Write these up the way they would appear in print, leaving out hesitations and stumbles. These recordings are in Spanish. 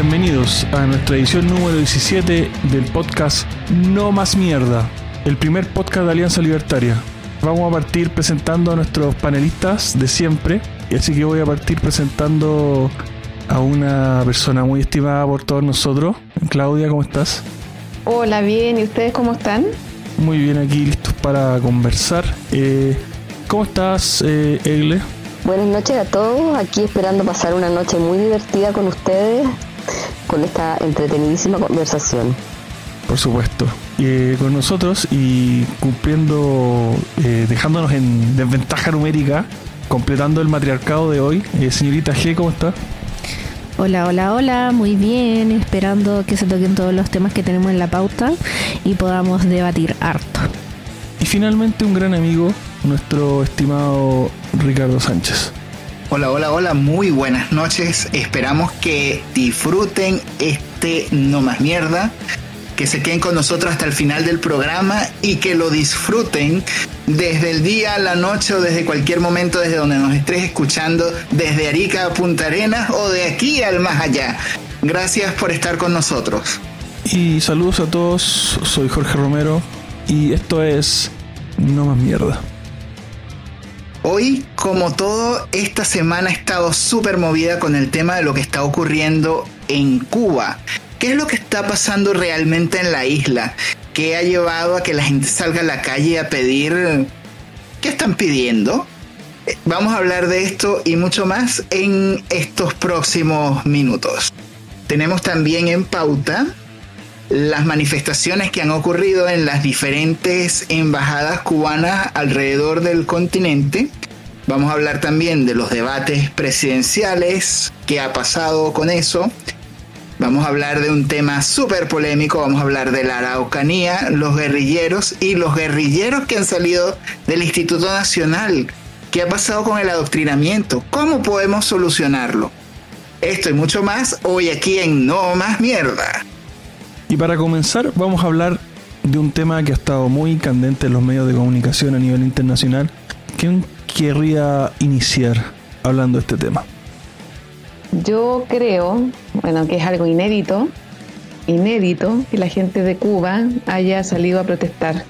Bienvenidos a nuestra edición número 17 del podcast No Más Mierda, el primer podcast de Alianza Libertaria. Vamos a partir presentando a nuestros panelistas de siempre, y así que voy a partir presentando a una persona muy estimada por todos nosotros. Claudia, ¿cómo estás? Hola, bien, ¿y ustedes cómo están? Muy bien, aquí listos para conversar. ¿Cómo estás, Egle? Buenas noches a todos, aquí esperando pasar una noche muy divertida con ustedes, con esta entretenidísima conversación. Por supuesto. Con nosotros y cumpliendo, dejándonos en desventaja numérica, completando el matriarcado de hoy. Señorita G, ¿cómo está? Hola, muy bien, esperando que se toquen todos los temas que tenemos en la pauta y podamos debatir harto. Y finalmente un gran amigo, nuestro estimado Ricardo Sánchez. Hola, muy buenas noches. Esperamos que disfruten este No Más Mierda, que se queden con nosotros hasta el final del programa y que lo disfruten desde el día a la noche o desde cualquier momento, desde donde nos estés escuchando, desde Arica a Punta Arenas o de aquí al más allá. Gracias por estar con nosotros. Y saludos a todos, soy Jorge Romero y esto es No Más Mierda. Hoy, como todo, esta semana ha estado súper movida con el tema de lo que está ocurriendo en Cuba. ¿Qué es lo que está pasando realmente en la isla? ¿Qué ha llevado a que la gente salga a la calle a pedir? ¿Qué están pidiendo? Vamos a hablar de esto y mucho más en estos próximos minutos. Tenemos también en pauta las manifestaciones que han ocurrido en las diferentes embajadas cubanas alrededor del continente. Vamos a hablar también de los debates presidenciales, qué ha pasado con eso. Vamos a hablar de un tema súper polémico, vamos a hablar de la Araucanía, los guerrilleros y los guerrilleros que han salido del Instituto Nacional. ¿Qué ha pasado con el adoctrinamiento? ¿Cómo podemos solucionarlo? Esto y mucho más hoy aquí en No Más Mierda. Y para comenzar vamos a hablar de un tema que ha estado muy candente en los medios de comunicación a nivel internacional. ¿Quién querría iniciar hablando de este tema? Yo creo, que es algo inédito que la gente de Cuba haya salido a protestar.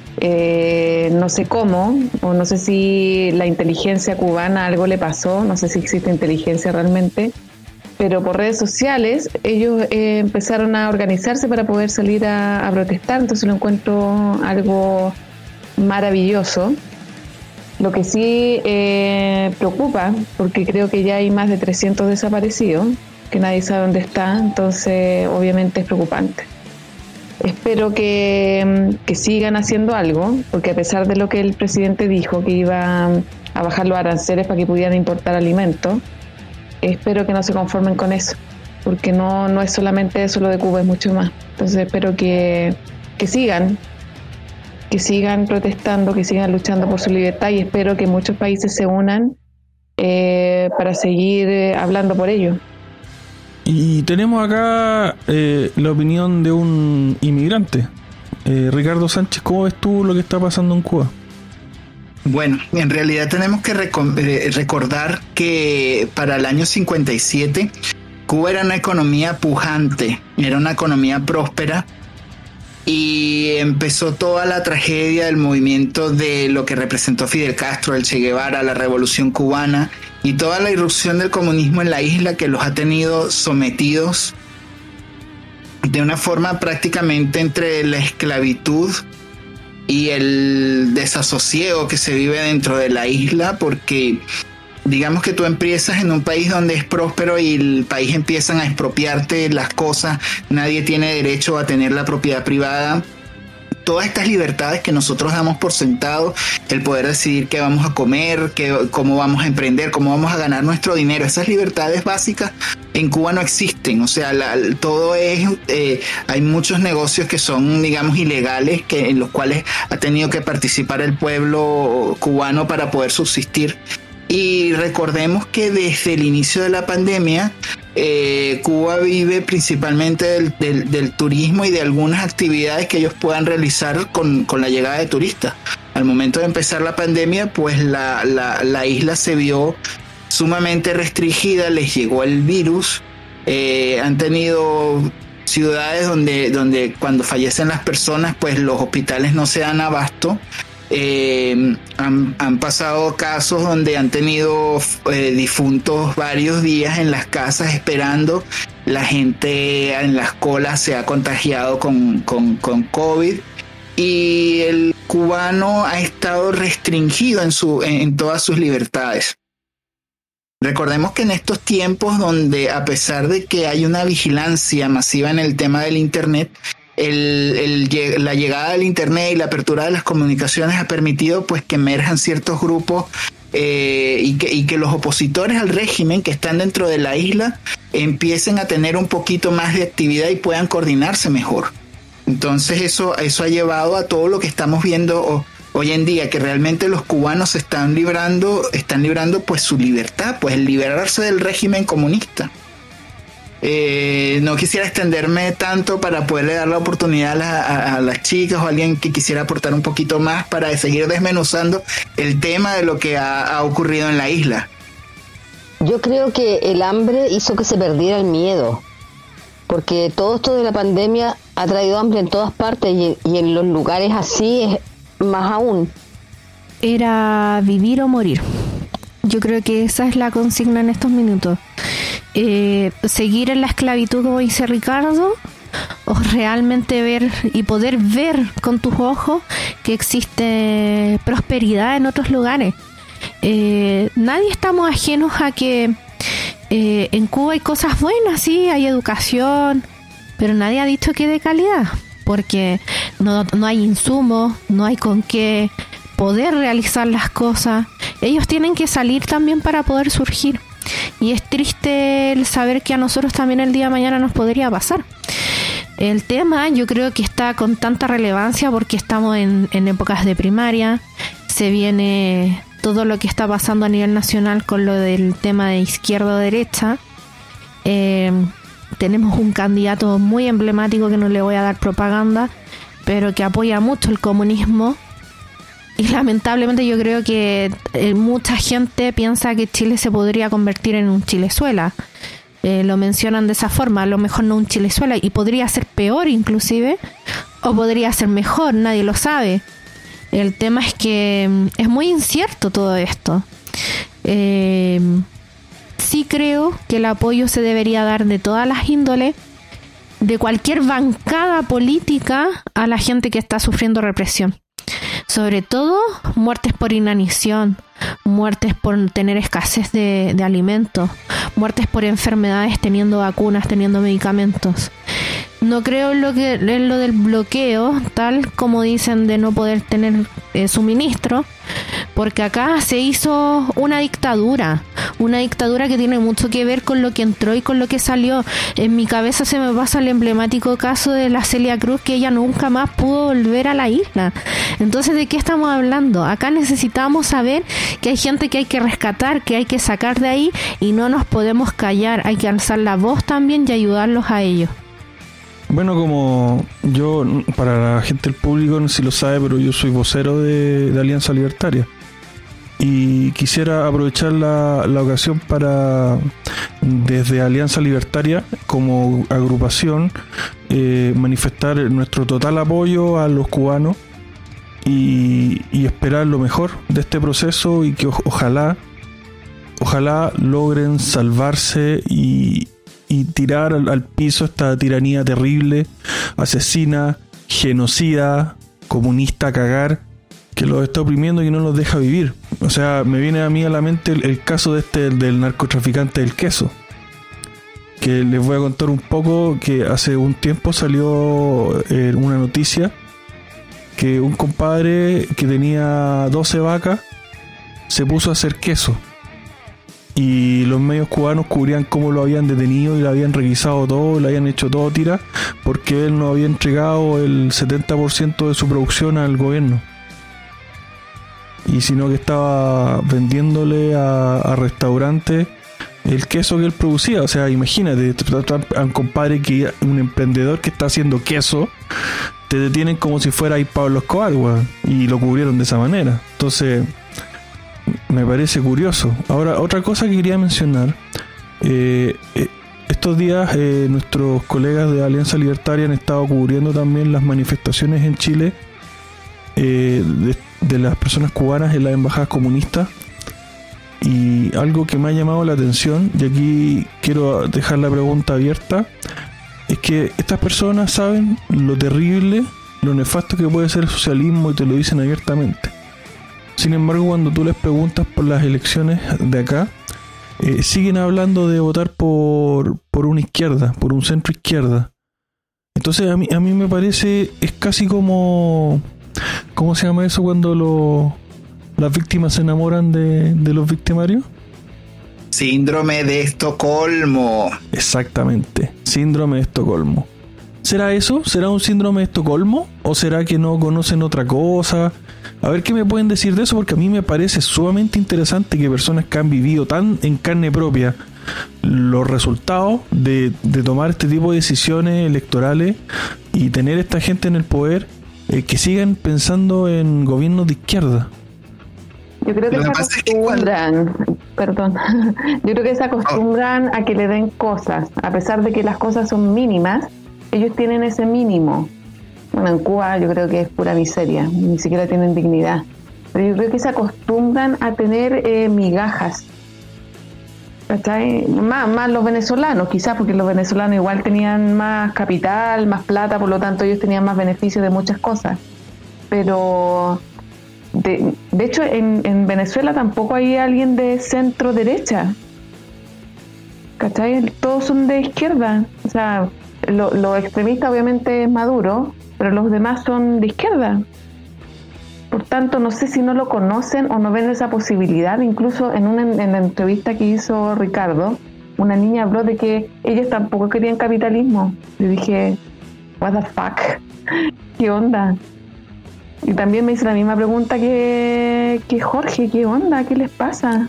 No sé cómo, o no sé si la inteligencia cubana algo le pasó, no sé si existe inteligencia realmente, pero por redes sociales ellos empezaron a organizarse para poder salir a protestar, entonces lo encuentro algo maravilloso. Lo que sí preocupa, porque creo que ya hay más de 300 desaparecidos, que nadie sabe dónde están, entonces obviamente es preocupante. Espero que sigan haciendo algo, porque a pesar de lo que el presidente dijo, que iba a bajar los aranceles para que pudieran importar alimentos, espero que no se conformen con eso, porque no es solamente eso lo de Cuba, es mucho más. Entonces espero que sigan protestando, que sigan luchando por su libertad, y espero que muchos países se unan para seguir hablando por ello. Y tenemos acá la opinión de un inmigrante. Ricardo Sánchez, ¿cómo ves tú lo que está pasando en Cuba? Bueno, en realidad tenemos que recordar que para el año 57 Cuba era una economía pujante, era una economía próspera, y empezó toda la tragedia del movimiento de lo que representó Fidel Castro, el Che Guevara, la Revolución Cubana y toda la irrupción del comunismo en la isla, que los ha tenido sometidos de una forma prácticamente entre la esclavitud y el desasosiego que se vive dentro de la isla, porque digamos que tú empiezas en un país donde es próspero y el país empiezan a expropiarte las cosas, nadie tiene derecho a tener la propiedad privada. Todas estas libertades que nosotros damos por sentado, el poder decidir qué vamos a comer, cómo vamos a emprender, cómo vamos a ganar nuestro dinero, esas libertades básicas en Cuba no existen. O sea, todo es, hay muchos negocios que son, digamos, ilegales, en los cuales ha tenido que participar el pueblo cubano para poder subsistir. Y recordemos que desde el inicio de la pandemia, Cuba vive principalmente del turismo y de algunas actividades que ellos puedan realizar con la llegada de turistas. Al momento de empezar la pandemia, pues la isla se vio sumamente restringida, les llegó el virus Han tenido ciudades donde cuando fallecen las personas, pues los hospitales no se dan abasto. Han pasado casos donde han tenido difuntos varios días en las casas esperando. La gente en las colas se ha contagiado con COVID, y el cubano ha estado restringido en todas sus libertades. Recordemos que en estos tiempos donde, a pesar de que hay una vigilancia masiva en el tema del Internet, la llegada del Internet y la apertura de las comunicaciones ha permitido pues que emerjan ciertos grupos y que los opositores al régimen que están dentro de la isla empiecen a tener un poquito más de actividad y puedan coordinarse mejor. Entonces eso ha llevado a todo lo que estamos viendo hoy en día, que realmente los cubanos están librando pues su libertad, pues el liberarse del régimen comunista. No quisiera extenderme tanto para poderle dar la oportunidad a las chicas o a alguien que quisiera aportar un poquito más para seguir desmenuzando el tema de lo que ha ocurrido en la isla. Yo creo que el hambre hizo que se perdiera el miedo, porque todo esto de la pandemia ha traído hambre en todas partes y en los lugares así es más aún. Era vivir o morir. Yo creo que esa es la consigna en estos minutos. Seguir en la esclavitud, como dice Ricardo, o realmente ver y poder ver con tus ojos que existe prosperidad en otros lugares. Nadie estamos ajenos a que en Cuba hay cosas buenas, sí, hay educación, pero nadie ha dicho que de calidad, porque no hay insumos, no hay con qué poder realizar las cosas. Ellos tienen que salir también para poder surgir. Y es triste el saber que a nosotros también el día de mañana nos podría pasar. El tema yo creo que está con tanta relevancia porque estamos en épocas de primaria. Se viene todo lo que está pasando a nivel nacional con lo del tema de izquierda-derecha. Tenemos un candidato muy emblemático que no le voy a dar propaganda, pero que apoya mucho el comunismo. Y lamentablemente yo creo que mucha gente piensa que Chile se podría convertir en un Chilezuela. Lo mencionan de esa forma, a lo mejor no un Chilezuela, y podría ser peor inclusive, o podría ser mejor, nadie lo sabe. El tema es que es muy incierto todo esto. Sí creo que el apoyo se debería dar de todas las índoles, de cualquier bancada política, a la gente que está sufriendo represión. Sobre todo muertes por inanición, muertes por tener escasez de alimentos, muertes por enfermedades teniendo vacunas, teniendo medicamentos. No creo en lo del bloqueo, tal como dicen, de no poder tener suministro, porque acá se hizo una dictadura que tiene mucho que ver con lo que entró y con lo que salió. En mi cabeza se me pasa el emblemático caso de la Celia Cruz, que ella nunca más pudo volver a la isla. Entonces, ¿de qué estamos hablando? Acá necesitamos saber que hay gente que hay que rescatar, que hay que sacar de ahí, y no nos podemos callar. Hay que alzar la voz también y ayudarlos a ellos. Bueno, como yo, para la gente del público, no sé si lo sabe, pero yo soy vocero de Alianza Libertaria. Y quisiera aprovechar la ocasión para, desde Alianza Libertaria, como agrupación, manifestar nuestro total apoyo a los cubanos y esperar lo mejor de este proceso, y que ojalá logren salvarse y tirar al piso esta tiranía terrible, asesina, genocida, comunista a cagar, que los está oprimiendo y no los deja vivir. O sea, me viene a mí a la mente el caso del narcotraficante del queso, que les voy a contar un poco, que hace un tiempo salió una noticia que un compadre que tenía 12 vacas se puso a hacer queso. Y los medios cubanos cubrían cómo lo habían detenido y lo habían requisado todo, le habían hecho todo tira, porque él no había entregado el 70% de su producción al gobierno. Y sino que estaba vendiéndole a restaurantes el queso que él producía. O sea, imagínate, a un compadre, un emprendedor que está haciendo queso, te detienen como si fuera ahí Pablo Escobar, y lo cubrieron de esa manera. Entonces, me parece curioso. Ahora, otra cosa que quería mencionar, estos días nuestros colegas de Alianza Libertaria han estado cubriendo también las manifestaciones en Chile de las personas cubanas en las embajadas comunistas, y algo que me ha llamado la atención, y aquí quiero dejar la pregunta abierta, es que estas personas saben lo terrible, lo nefasto que puede ser el socialismo, y te lo dicen abiertamente. Sin embargo, cuando tú les preguntas por las elecciones de acá, siguen hablando de votar por una izquierda, por un centro izquierda. Entonces a mí me parece, es casi como, ¿cómo se llama eso cuando las víctimas se enamoran de los victimarios? Síndrome de Estocolmo. Exactamente, síndrome de Estocolmo. ¿Será eso? ¿Será un síndrome de Estocolmo? ¿O será que no conocen otra cosa? A ver qué me pueden decir de eso, porque a mí me parece sumamente interesante que personas que han vivido tan en carne propia los resultados de tomar este tipo de decisiones electorales y tener esta gente en el poder, que sigan pensando en gobiernos de izquierda. Yo creo que se acostumbran, perdón, yo creo que se acostumbran a que le den cosas, a pesar de que las cosas son mínimas, ellos tienen ese mínimo. Bueno, en Cuba yo creo que es pura miseria, ni siquiera tienen dignidad. Pero yo creo que se acostumbran a tener migajas. ¿Cachai? Más los venezolanos, quizás, porque los venezolanos igual tenían más capital, más plata, por lo tanto ellos tenían más beneficios de muchas cosas. Pero de hecho en Venezuela tampoco hay alguien de centro derecha. ¿Cachai? Todos son de izquierda. O sea, los extremistas obviamente es Maduro, pero los demás son de izquierda. Por tanto, no sé si no lo conocen o no ven esa posibilidad. Incluso en la entrevista que hizo Ricardo, una niña habló de que ellos tampoco querían capitalismo. Le dije, what the fuck, ¿qué onda? Y también me hizo la misma pregunta que Jorge, ¿qué onda? ¿Qué les pasa?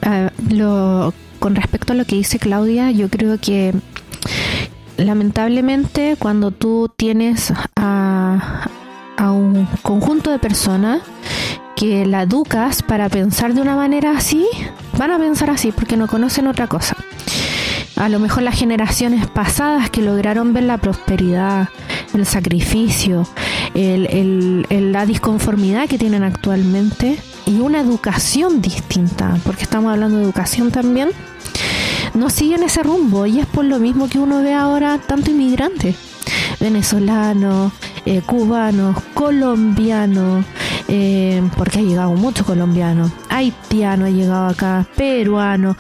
Con respecto a lo que dice Claudia, yo creo que lamentablemente cuando tú tienes a un conjunto de personas que la educas para pensar de una manera así, van a pensar así porque no conocen otra cosa. A lo mejor las generaciones pasadas que lograron ver la prosperidad, el sacrificio, la disconformidad que tienen actualmente y una educación distinta, porque estamos hablando de educación también, no siguen ese rumbo, y es por lo mismo que uno ve ahora tanto inmigrantes venezolanos, cubanos, colombianos, porque ha llegado mucho colombiano, haitiano ha llegado acá, peruano,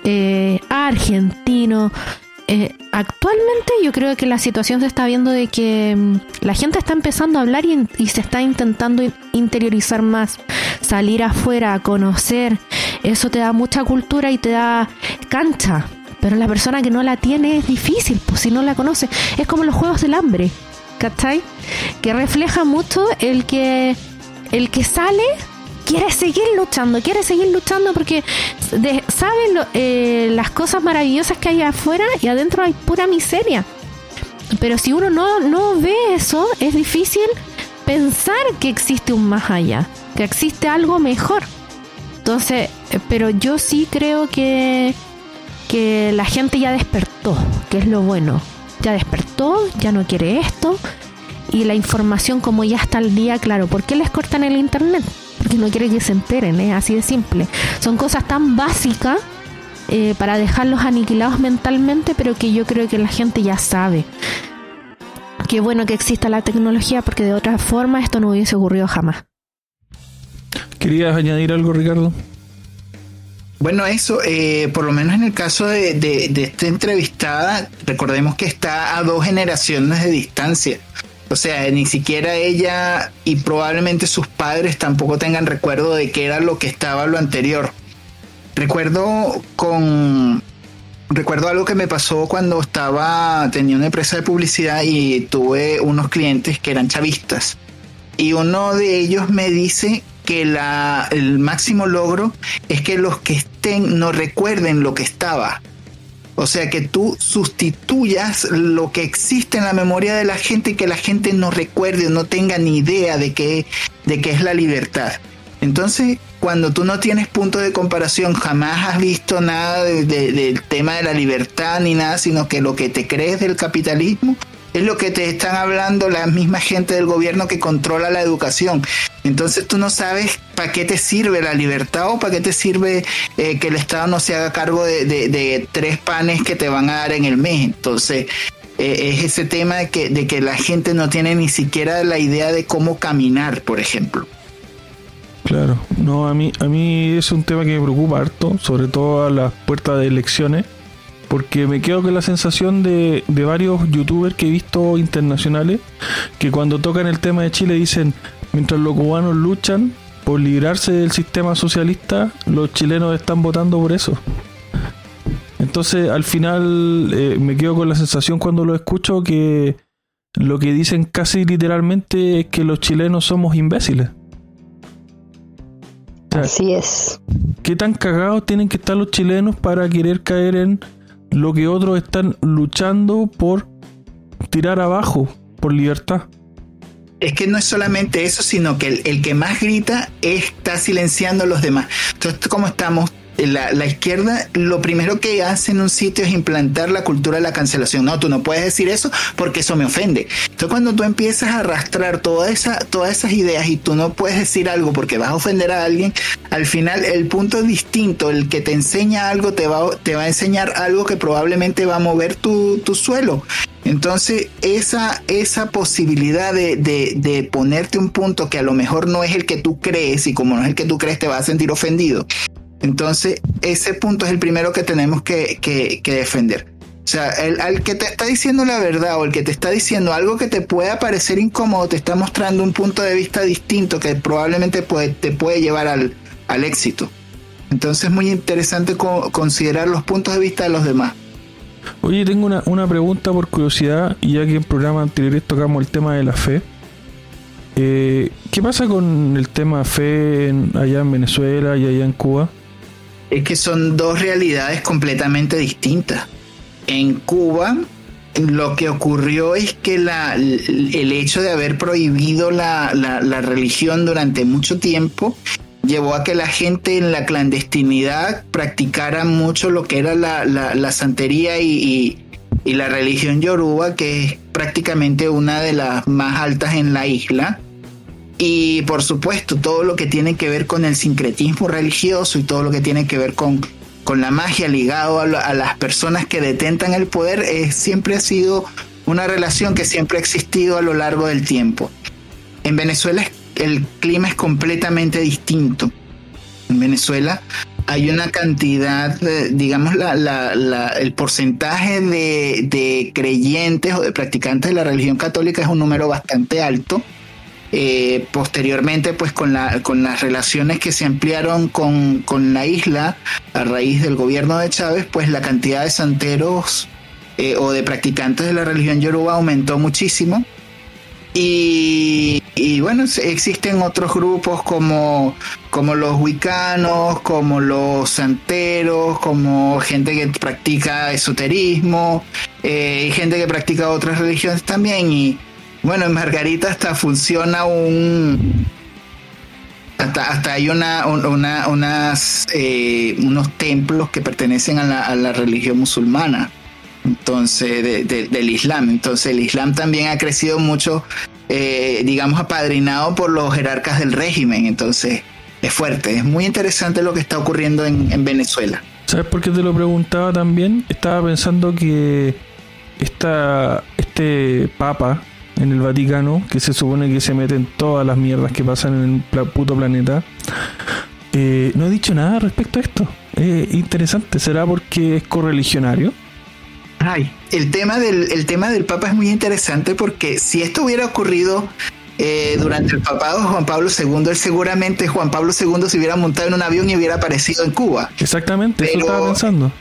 argentino. Actualmente yo creo que la situación se está viendo de que la gente está empezando a hablar y se está intentando interiorizar más, salir afuera a conocer. Eso te da mucha cultura y te da cancha, pero la persona que no la tiene es difícil, pues si no la conoce. Es como los Juegos del Hambre, ¿cachai? Que refleja mucho el que sale quiere seguir luchando porque sabe las cosas maravillosas que hay afuera y adentro hay pura miseria. Pero si uno no ve eso, es difícil pensar que existe un más allá, que existe algo mejor. Entonces, pero yo sí creo que la gente ya despertó, que es lo bueno. Ya despertó, ya no quiere esto. Y la información, como ya está al día, claro, ¿por qué les cortan el internet? Porque no quieren que se enteren, así de simple. Son cosas tan básicas para dejarlos aniquilados mentalmente, pero que yo creo que la gente ya sabe. Qué bueno que exista la tecnología, porque de otra forma esto no hubiese ocurrido jamás. ¿Querías añadir algo, Ricardo? Bueno, eso, por lo menos en el caso de esta entrevistada, recordemos que está a 2 generaciones de distancia. O sea, ni siquiera ella y probablemente sus padres tampoco tengan recuerdo de qué era lo que estaba lo anterior. Recuerdo algo que me pasó cuando tenía una empresa de publicidad y tuve unos clientes que eran chavistas. Y uno de ellos me dice que el máximo logro es que los que estén no recuerden lo que estaba. O sea, que tú sustituyas lo que existe en la memoria de la gente y que la gente no recuerde o no tenga ni idea de qué es la libertad. Entonces, cuando tú no tienes punto de comparación, jamás has visto nada del tema de la libertad ni nada, sino que lo que te crees del capitalismo es lo que te están hablando la misma gente del gobierno que controla la educación. Entonces tú no sabes para qué te sirve la libertad o para qué te sirve que el Estado no se haga cargo de 3 panes que te van a dar en el mes. Entonces es ese tema de que la gente no tiene ni siquiera la idea de cómo caminar, por ejemplo. Claro, no, a mí es un tema que me preocupa harto, sobre todo a las puertas de elecciones, porque me quedo con la sensación de varios youtubers que he visto internacionales, que cuando tocan el tema de Chile dicen, mientras los cubanos luchan por librarse del sistema socialista, los chilenos están votando por eso. Entonces al final me quedo con la sensación cuando lo escucho que lo que dicen casi literalmente es que los chilenos somos imbéciles. O sea, así es. ¿qué tan cagados tienen que estar los chilenos para querer caer en lo que otros están luchando por tirar abajo, por libertad? Es que no es solamente eso, sino que el que más grita está silenciando a los demás. Entonces, como estamos, la izquierda, lo primero que hace en un sitio es implantar la cultura de la cancelación. No, tú no puedes decir eso porque eso me ofende. Entonces, cuando tú empiezas a arrastrar todas esas ideas y tú no puedes decir algo porque vas a ofender a alguien, al final el punto es distinto. El que te enseña algo te va a enseñar algo que probablemente va a mover tu suelo. Entonces, esa posibilidad de ponerte un punto que a lo mejor no es el que tú crees, y como no es el que tú crees, te vas a sentir ofendido. Entonces, ese punto es el primero que tenemos que defender. O sea, al que te está diciendo la verdad o el que te está diciendo algo que te pueda parecer incómodo, te está mostrando un punto de vista distinto que probablemente te puede llevar al éxito. Entonces, es muy interesante considerar los puntos de vista de los demás. Oye, tengo una pregunta por curiosidad, y ya que en programas anteriores tocamos el tema de la fe. ¿Qué pasa con el tema fe allá en Venezuela y allá en Cuba? Es que son dos realidades completamente distintas. En Cuba, lo que ocurrió es que el hecho de haber prohibido la religión durante mucho tiempo llevó a que la gente en la clandestinidad practicara mucho lo que era la santería y la religión yoruba, que es prácticamente una de las más altas en la isla. Y por supuesto, todo lo que tiene que ver con el sincretismo religioso y todo lo que tiene que ver con la magia ligado a las personas que detentan el poder, siempre ha sido una relación que siempre ha existido a lo largo del tiempo. En Venezuela el clima es completamente distinto. En Venezuela hay una cantidad, digamos, el porcentaje de creyentes o de practicantes de la religión católica es un número bastante alto. Posteriormente, pues con las relaciones que se ampliaron con la isla a raíz del gobierno de Chávez, pues la cantidad de santeros o de practicantes de la religión yoruba aumentó muchísimo. Y bueno, existen otros grupos como los wicanos, como los santeros, como gente que practica esoterismo, gente que practica otras religiones también. Y bueno, en Margarita hasta funciona hasta hay unos templos que pertenecen a la religión musulmana, entonces del Islam. Entonces el Islam también ha crecido mucho, digamos, apadrinado por los jerarcas del régimen. Entonces es fuerte, es muy interesante lo que está ocurriendo en Venezuela. ¿Sabes por qué te lo preguntaba también? Estaba pensando que este papa en el Vaticano, que se supone que se mete en todas las mierdas que pasan en el puto planeta, no ha dicho nada respecto a esto. Interesante, ¿será porque es correligionario? Ay, el tema del Papa es muy interesante, porque si esto hubiera ocurrido durante el papado de Juan Pablo II, seguramente Juan Pablo II se hubiera montado en un avión y hubiera aparecido en Cuba. Exactamente, eso estaba pensando.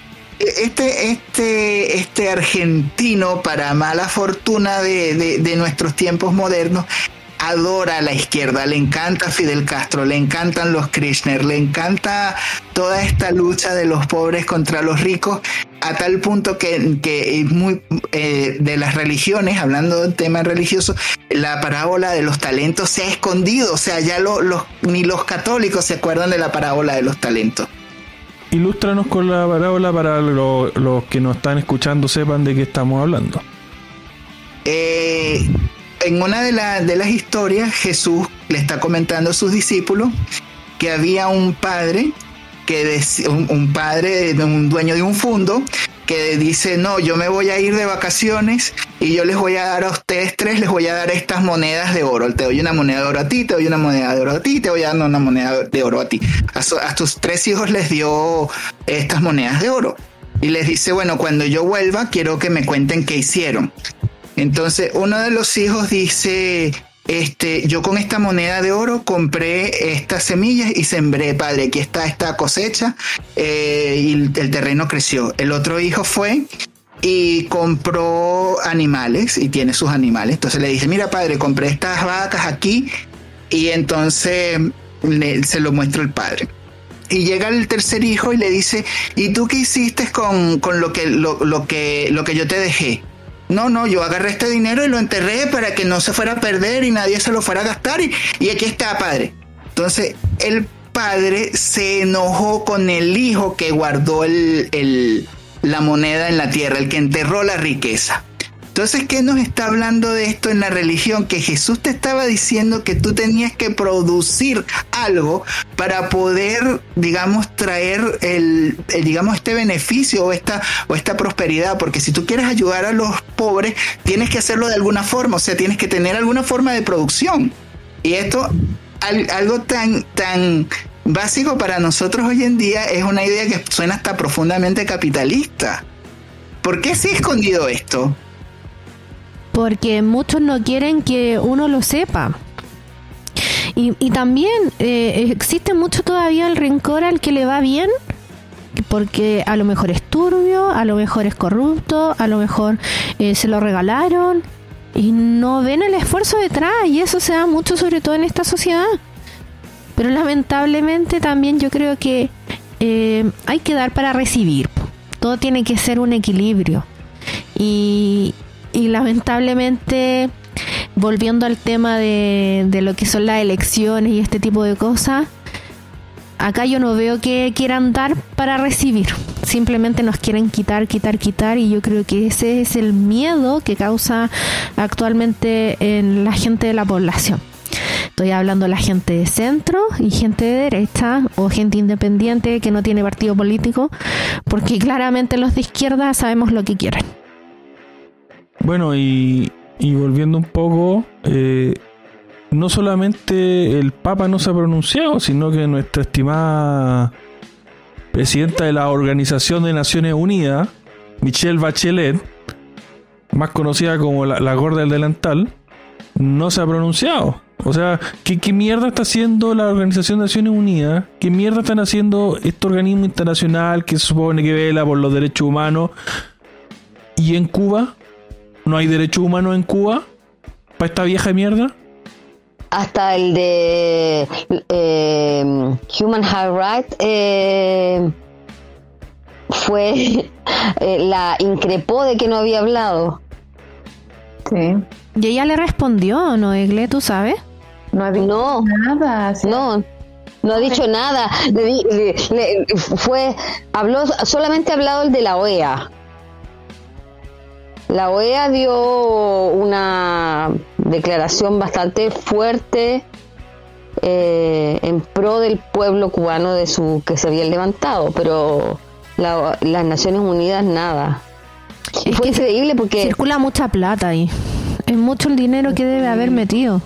Este argentino, para mala fortuna de nuestros tiempos modernos, adora a la izquierda, le encanta Fidel Castro, le encantan los Kirchner, le encanta toda esta lucha de los pobres contra los ricos, a tal punto que es muy de las religiones, hablando del tema religioso, la parábola de los talentos se ha escondido, o sea, ya ni los católicos se acuerdan de la parábola de los talentos. Ilústranos con la parábola para los que nos están escuchando sepan de qué estamos hablando. En una de las historias, Jesús le está comentando a sus discípulos que había un padre, un dueño de un fondo, que dice: no, yo me voy a ir de vacaciones y yo les voy a dar a ustedes tres, les voy a dar estas monedas de oro. Te doy una moneda de oro a ti, te doy una moneda de oro a ti, te voy a dar una moneda de oro a ti. A tus tres hijos les dio estas monedas de oro. Y les dice: bueno, cuando yo vuelva, quiero que me cuenten qué hicieron. Entonces, uno de los hijos dice: yo con esta moneda de oro compré estas semillas y sembré, padre, aquí está esta cosecha, y el terreno creció. El otro hijo fue y compró animales y tiene sus animales. Entonces le dice: mira, padre, compré estas vacas aquí, y entonces se lo muestra el padre. Y llega el tercer hijo y le dice: ¿y tú qué hiciste con lo que yo te dejé? No, yo agarré este dinero y lo enterré para que no se fuera a perder y nadie se lo fuera a gastar, y aquí está, padre. Entonces el padre se enojó con el hijo que guardó la moneda en la tierra, el que enterró la riqueza. Entonces, ¿qué nos está hablando de esto en la religión? Que Jesús te estaba diciendo que tú tenías que producir algo para poder, digamos, traer este beneficio o esta prosperidad. Porque si tú quieres ayudar a los pobres, tienes que hacerlo de alguna forma. O sea, tienes que tener alguna forma de producción. Y esto, algo tan básico para nosotros hoy en día, es una idea que suena hasta profundamente capitalista. ¿Por qué se ha escondido esto? Porque muchos no quieren que uno lo sepa. Y también existe mucho todavía el rencor al que le va bien, porque a lo mejor es turbio, a lo mejor es corrupto, a lo mejor se lo regalaron, y no ven el esfuerzo detrás, y eso se da mucho, sobre todo en esta sociedad. Pero lamentablemente también yo creo que hay que dar para recibir. Todo tiene que ser un equilibrio. Y lamentablemente, volviendo al tema de lo que son las elecciones y este tipo de cosas, acá yo no veo que quieran dar para recibir. Simplemente nos quieren quitar, y yo creo que ese es el miedo que causa actualmente en la gente de la población. Estoy hablando de la gente de centro y gente de derecha, o gente independiente que no tiene partido político, porque claramente los de izquierda sabemos lo que quieren. Bueno, y volviendo un poco, no solamente el Papa no se ha pronunciado, sino que nuestra estimada presidenta de la Organización de Naciones Unidas, Michelle Bachelet, más conocida como la gorda del delantal, no se ha pronunciado. O sea, ¿qué mierda está haciendo la Organización de Naciones Unidas? ¿Qué mierda están haciendo este organismo internacional que se supone que vela por los derechos humanos? ¿Y en Cuba? ¿No hay derechos humanos en Cuba? ¿Para esta vieja mierda? Hasta el de Human Rights la increpó de que no había hablado. Sí. ¿Y ella le respondió, no, Egle, tú sabes? No ha dicho nada. ¿Sí? No ha dicho nada. Solamente ha hablado el de la OEA. La OEA dio una declaración bastante fuerte en pro del pueblo cubano que se había levantado, pero las Naciones Unidas nada. Y fue increíble porque circula mucha plata ahí. Es mucho el dinero que debe haber metido.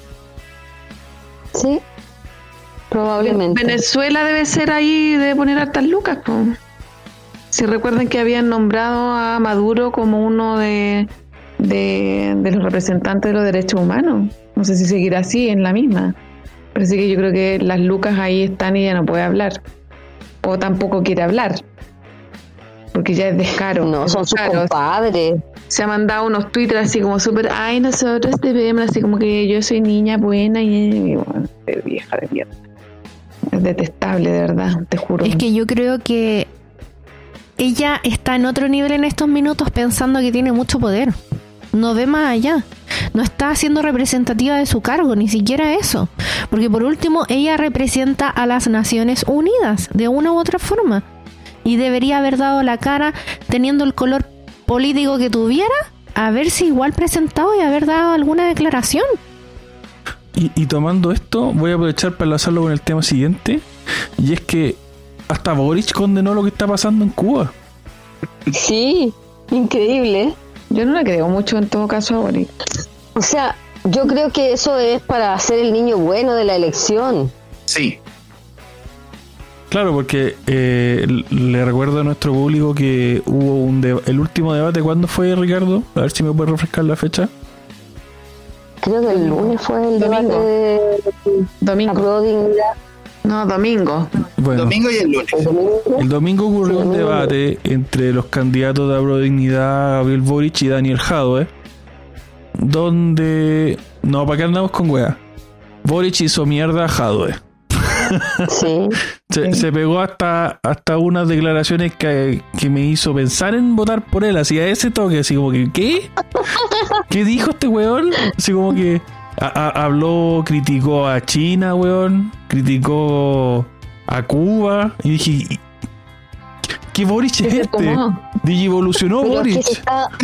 Sí, probablemente. Venezuela debe ser ahí, debe poner hartas lucas, pues. Si recuerdan que habían nombrado a Maduro como uno de los representantes de los derechos humanos. No sé si seguirá así en la misma. Pero sí que yo creo que las lucas ahí están y ya no puede hablar. O tampoco quiere hablar. Porque ya es descaro. No, son sus compadres. se ha mandado unos Twitter así como súper, ay, nosotros debemos, así como que yo soy niña buena y bueno, vieja de mierda. Es detestable, de verdad, te juro. Es que yo creo que ella está en otro nivel en estos minutos pensando que tiene mucho poder. No ve más allá. No está siendo representativa de su cargo, ni siquiera eso. Porque por último, ella representa a las Naciones Unidas, de una u otra forma. Y debería haber dado la cara, teniendo el color político que tuviera, haberse igual presentado y haber dado alguna declaración. Y tomando esto, voy a aprovechar para enlazarlo con el tema siguiente. Y es que hasta Boric condenó lo que está pasando en Cuba. Sí, increíble. Yo no le creo mucho en todo caso a Boric. O sea, yo creo que eso es para ser el niño bueno de la elección. Sí. Claro, porque le recuerdo a nuestro público que hubo el último debate. ¿Cuándo fue, Ricardo? A ver si me puede refrescar la fecha. Creo que el lunes fue el Domingo. debate de Domingo. Aprobó Dignidad. No, domingo. Bueno, Domingo y el lunes. el domingo ocurrió un debate entre los candidatos de Aprobó Dignidad, Gabriel Boric y Daniel Jadwe, donde... No, ¿para qué andamos con wea? Boric hizo mierda a Jadwe. Sí. Se pegó hasta unas declaraciones que me hizo pensar en votar por él, así a ese toque, así como que, ¿qué? ¿Qué dijo este weón? Así como que habló, criticó a China, weón, criticó a Cuba, y dije, ¿qué Boric es este? Digivolucionó Pero Boric. es que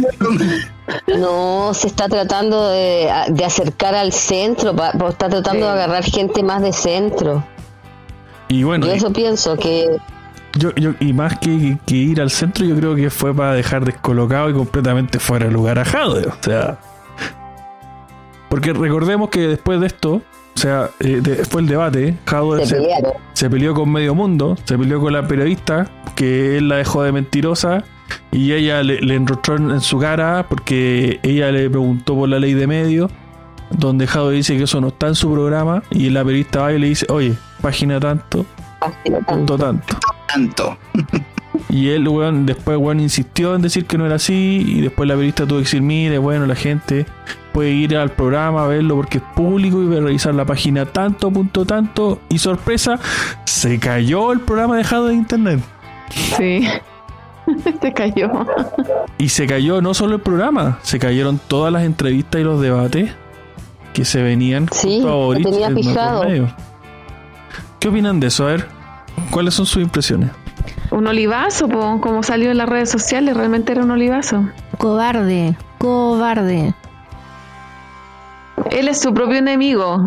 se está tratando de acercar al centro, está tratando de agarrar gente más de centro. Y bueno, Yo eso pienso que yo y más que ir al centro, yo creo que fue para dejar descolocado y completamente fuera de lugar a Jadwe. O sea, porque recordemos que después de esto, o sea, fue el debate, Jadwe se peleó con medio mundo, se peleó con la periodista, que él la dejó de mentirosa, y ella le enrostró en su cara porque ella le preguntó por la ley de medios, donde Jadwe dice que eso no está en su programa, y la periodista va y le dice, oye, página tanto, punto tanto. Y él, weón, después, weón, insistió en decir que no era así, y después la periodista tuvo que decir, mire, bueno, la gente puede ir al programa a verlo porque es público y revisar la página tanto, punto tanto, y sorpresa, se cayó el programa dejado de internet. Sí. Se cayó. Y se cayó no solo el programa, se cayeron todas las entrevistas y los debates que se venían junto a Boric tenía en nuestros fijado. medios. ¿Qué opinan de eso? A ver, ¿cuáles son sus impresiones? Un olivazo, como salió en las redes sociales, realmente era un olivazo. Cobarde. Él es su propio enemigo.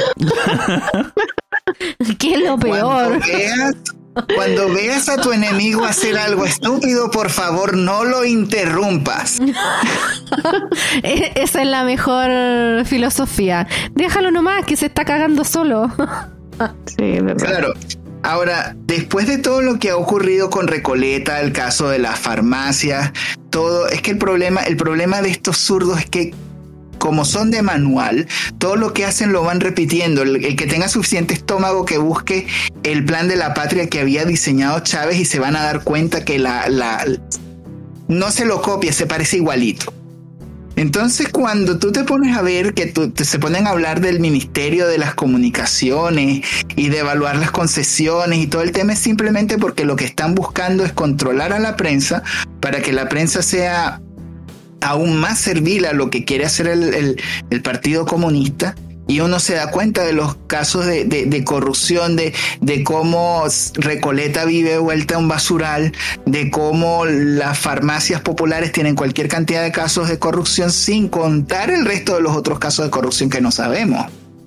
¿Qué es lo peor? Cuando veas a tu enemigo hacer algo estúpido, por favor, no lo interrumpas. Esa es la mejor filosofía. Déjalo nomás, que se está cagando solo. Sí, es verdad. Claro. Ahora, después de todo lo que ha ocurrido con Recoleta, el caso de las farmacias, todo, es que el problema de estos zurdos es que, como son de manual, todo lo que hacen lo van repitiendo. El que tenga suficiente estómago que busque el plan de la patria que había diseñado Chávez y se van a dar cuenta que no se lo copia, se parece igualito. Entonces, cuando tú te pones a ver que se ponen a hablar del Ministerio de las Comunicaciones y de evaluar las concesiones y todo el tema, es simplemente porque lo que están buscando es controlar a la prensa para que la prensa sea aún más servil a lo que quiere hacer el Partido Comunista, y uno se da cuenta de los casos de corrupción, de cómo Recoleta vive vuelta a un basural, de cómo las farmacias populares tienen cualquier cantidad de casos de corrupción, sin contar el resto de los otros casos de corrupción que no sabemos.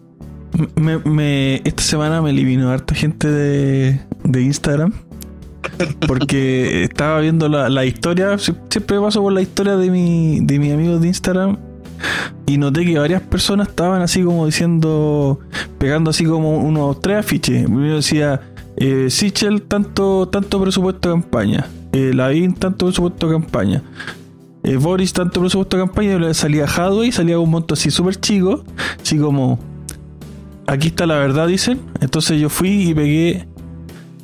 Esta semana me eliminó harta gente de Instagram, porque estaba viendo la historia. Siempre paso por la historia de mis amigos de Instagram, y noté que varias personas estaban así como diciendo, pegando así como unos 3 afiches. Primero decía Sichel tanto presupuesto de campaña, Lavín tanto presupuesto de campaña, Boris tanto presupuesto de campaña, y le salía Jadwe y salía un monto así súper chico, así como, aquí está la verdad, dicen. Entonces yo fui y pegué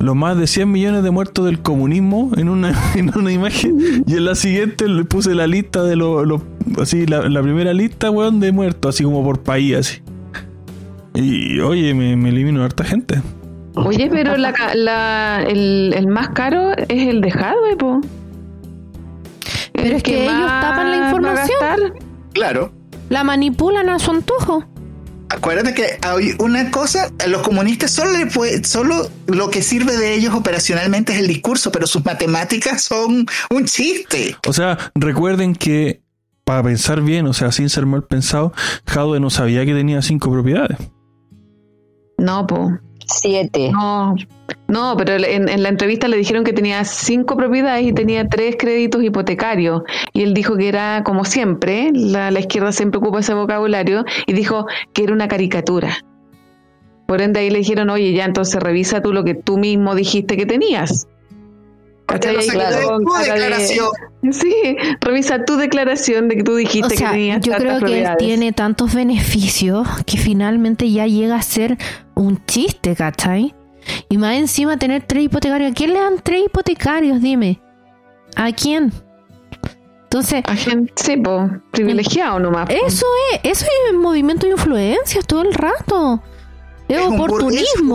los más de 100 millones de muertos del comunismo en una imagen, y en la siguiente le puse la lista de así, la primera lista, weón, de muertos, así como por país, así. Y oye, me eliminó harta gente. Oye, pero el más caro es el de Hadwe, po. Pero es que ellos tapan la información. Claro. La manipulan a su antojo. Acuérdate que hay una cosa, a los comunistas solo lo que sirve de ellos operacionalmente es el discurso, pero sus matemáticas son un chiste. O sea, recuerden que, para pensar bien, o sea, sin ser mal pensado, Hadwe no sabía que tenía 5 propiedades. No, po. 7. No, pero en la entrevista le dijeron que tenía 5 propiedades y tenía 3 créditos hipotecarios. Y él dijo que era, como siempre, la izquierda siempre ocupa ese vocabulario, y dijo que era una caricatura. Por ende ahí le dijeron, oye, ya entonces revisa tú lo que tú mismo dijiste que tenías. Porque no claro. Tu declaración. Sí, revisa tu declaración de que tú dijiste, o sea, que tenías. Yo creo que él tiene tantos beneficios que finalmente ya llega a ser un chiste, ¿cachai? Y más encima tener 3 hipotecarios. ¿A quién le dan 3 hipotecarios? Dime. ¿A quién? Entonces, a gente, sí, po, privilegiado nomás. Po. Eso es movimiento de influencias todo el rato. Es oportunismo.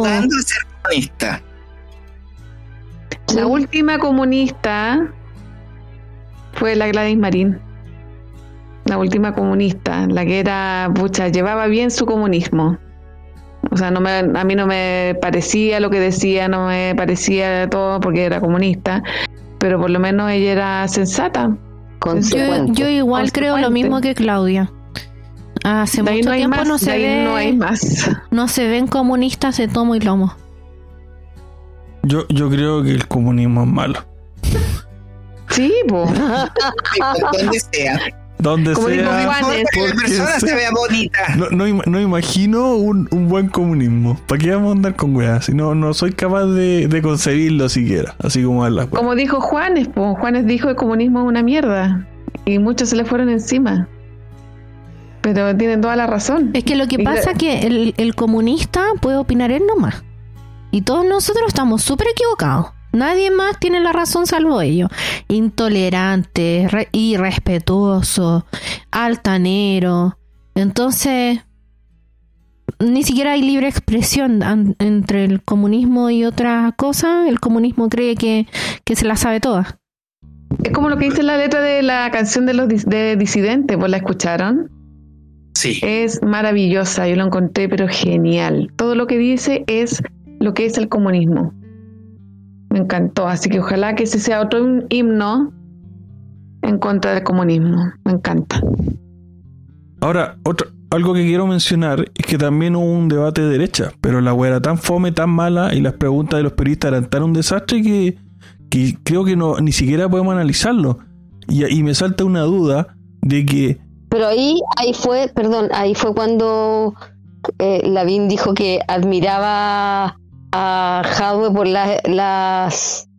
La última comunista fue la Gladys Marín. La última comunista, la que era, llevaba bien su comunismo. O sea, a mí no me parecía lo que decía, no me parecía todo porque era comunista, pero por lo menos ella era sensata. Yo igual creo lo mismo que Claudia. Hace mucho tiempo no se ven comunistas de tomo y lomo. Yo creo que el comunismo es malo. Sí, po. Donde sea. Como sea. Que la persona se vea bonita. No imagino un buen comunismo. ¿Para qué vamos a andar con weas? Si no soy capaz de concebirlo siquiera. Así como a las weas. Como dijo Juanes, po. Juanes dijo que el comunismo es una mierda. Y muchos se le fueron encima. Pero tienen toda la razón. Es que lo que pasa es que el comunista puede opinar él nomás. Y todos nosotros estamos súper equivocados. Nadie más tiene la razón salvo ellos. Intolerante, irrespetuoso, altanero. Entonces, ni siquiera hay libre expresión entre el comunismo y otra cosa. El comunismo cree que se la sabe toda. Es como lo que dice la letra de la canción de Disidente. ¿Vos la escucharon? Sí. Es maravillosa, yo lo encontré, pero genial. Todo lo que dice es lo que es el comunismo. Me encantó, así que ojalá que ese sea otro himno en contra del comunismo. Me encanta. Ahora, algo que quiero mencionar es que también hubo un debate de derecha, pero la wea era tan fome, tan mala, y las preguntas de los periodistas eran tan un desastre que creo que ni siquiera podemos analizarlo. Y me salta una duda de que... Pero ahí fue cuando Lavín dijo que admiraba a Hadwe por las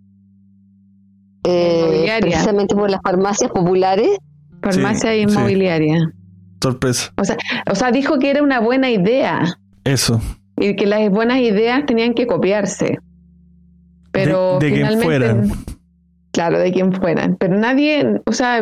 precisamente por las farmacias populares. Farmacia y inmobiliaria. Sorpresa. O sea, dijo que era una buena idea. Eso. Y que las buenas ideas tenían que copiarse. Pero de finalmente, quien fueran. Claro, de quien fueran. Pero nadie, o sea,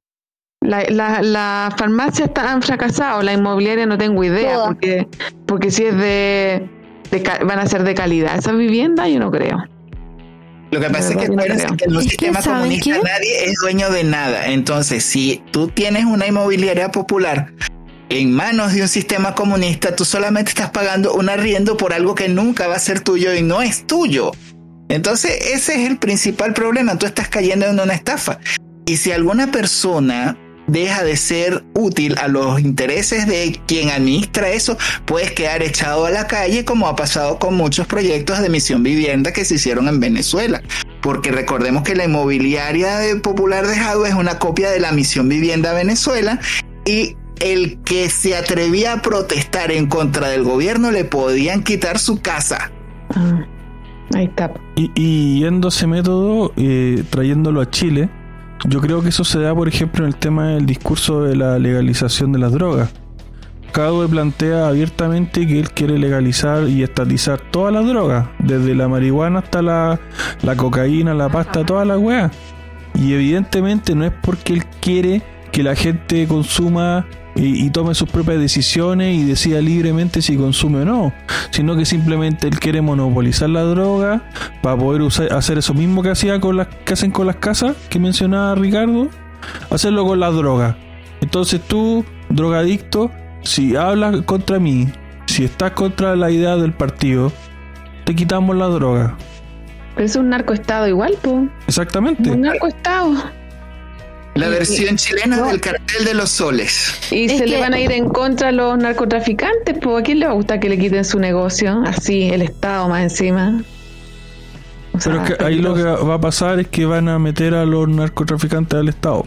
las farmacias han fracasado, la inmobiliaria no tengo idea, porque si es van a ser de calidad. Esa vivienda yo no creo. Lo que pasa es que en un sistema comunista nadie es dueño de nada. Entonces, si tú tienes una inmobiliaria popular en manos de un sistema comunista, tú solamente estás pagando un arriendo por algo que nunca va a ser tuyo y no es tuyo. Entonces, ese es el principal problema. Tú estás cayendo en una estafa. Y si alguna persona deja de ser útil a los intereses de quien administra eso, puedes quedar echado a la calle, como ha pasado con muchos proyectos de Misión Vivienda que se hicieron en Venezuela. Porque recordemos que la inmobiliaria popular de Hadwe es una copia de la Misión Vivienda Venezuela, y el que se atrevía a protestar en contra del gobierno le podían quitar su casa. Ahí está. Y yendo ese método, trayéndolo a Chile, yo creo que eso se da, por ejemplo, en el tema del discurso de la legalización de las drogas. Jadwe plantea abiertamente que él quiere legalizar y estatizar todas las drogas, desde la marihuana hasta la cocaína, la pasta, toda la weá. Y evidentemente no es porque él quiere que la gente consuma y tome sus propias decisiones y decida libremente si consume o no, sino que simplemente él quiere monopolizar la droga para poder hacer eso mismo que hacen con las casas que mencionaba Ricardo, hacerlo con las drogas. Entonces tú, drogadicto, si hablas contra mí, si estás contra la idea del partido, te quitamos la droga. Pero es un narcoestado igual, pues. Exactamente. Un narcoestado. La versión chilena del cartel de los soles. Y se le van a ir en contra a los narcotraficantes, pues ¿a quién le va a gustar que le quiten su negocio? Así, el Estado más encima. O sea, pero es que ahí lo que va a pasar es que van a meter a los narcotraficantes al Estado.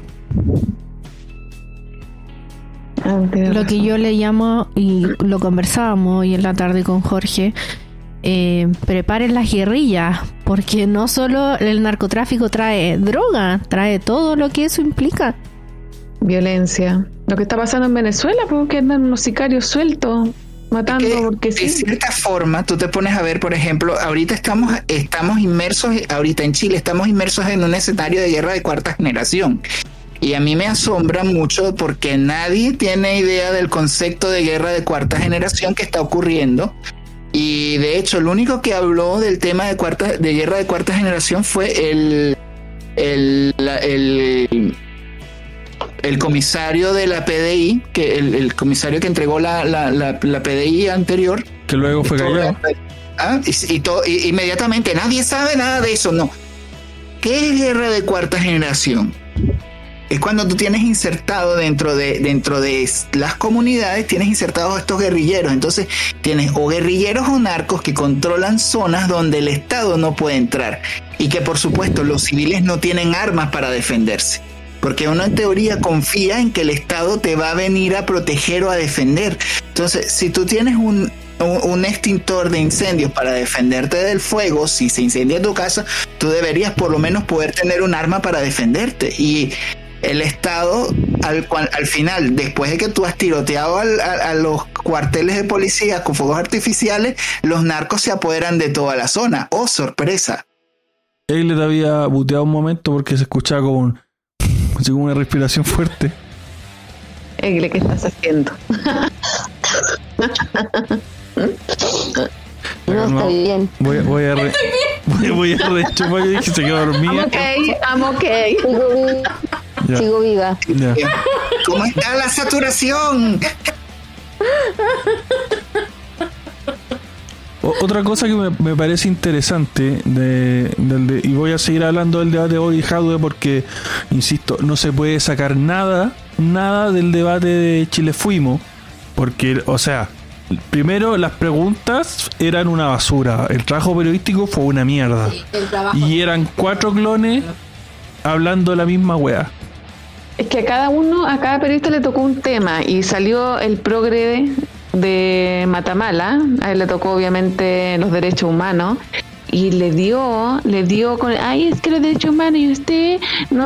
Lo que yo le llamo, y lo conversábamos hoy en la tarde con Jorge, preparen las guerrillas, porque no solo el narcotráfico trae droga, trae todo lo que eso implica. Violencia. Lo que está pasando en Venezuela, porque andan unos sicarios sueltos matando porque sí. De cierta forma, tú te pones a ver, por ejemplo, ahorita estamos inmersos, ahorita en Chile estamos inmersos en un escenario de guerra de cuarta generación. Y a mí me asombra mucho porque nadie tiene idea del concepto de guerra de cuarta generación que está ocurriendo. Y de hecho, el único que habló del tema de guerra de cuarta generación fue el comisario de la PDI, que el comisario que entregó la PDI anterior. Que luego fue callado. Y inmediatamente nadie sabe nada de eso, no. ¿Qué es guerra de cuarta generación? Es cuando tú tienes insertado dentro de las comunidades, tienes insertados estos guerrilleros. Entonces tienes o guerrilleros o narcos que controlan zonas donde el Estado no puede entrar. Y que por supuesto los civiles no tienen armas para defenderse. Porque uno en teoría confía en que el Estado te va a venir a proteger o a defender. Entonces, si tú tienes un extintor de incendios para defenderte del fuego, si se incendia tu casa, tú deberías por lo menos poder tener un arma para defenderte. Y el Estado, al final, después de que tú has tiroteado a los cuarteles de policía con fuegos artificiales, los narcos se apoderan de toda la zona. ¡Oh, sorpresa! Él le había buteado un momento porque se escuchaba como una respiración fuerte. Egle, ¿qué estás haciendo? No, está bien. Voy a rechupar. Yo dije que se quedó dormida. I'm okay. Sigo viva. Ya. ¿Cómo está la saturación? Otra cosa que me parece interesante y voy a seguir hablando del debate de Boric y Jadwe porque, insisto, no se puede sacar nada del debate de Chile Fuimos, porque, o sea, primero las preguntas eran una basura, el trabajo periodístico fue una mierda, y eran 4 clones hablando la misma wea. Es que a cada periodista le tocó un tema y salió el progre de Matamala, a él le tocó obviamente los derechos humanos y le dio con es que los derechos humanos y usted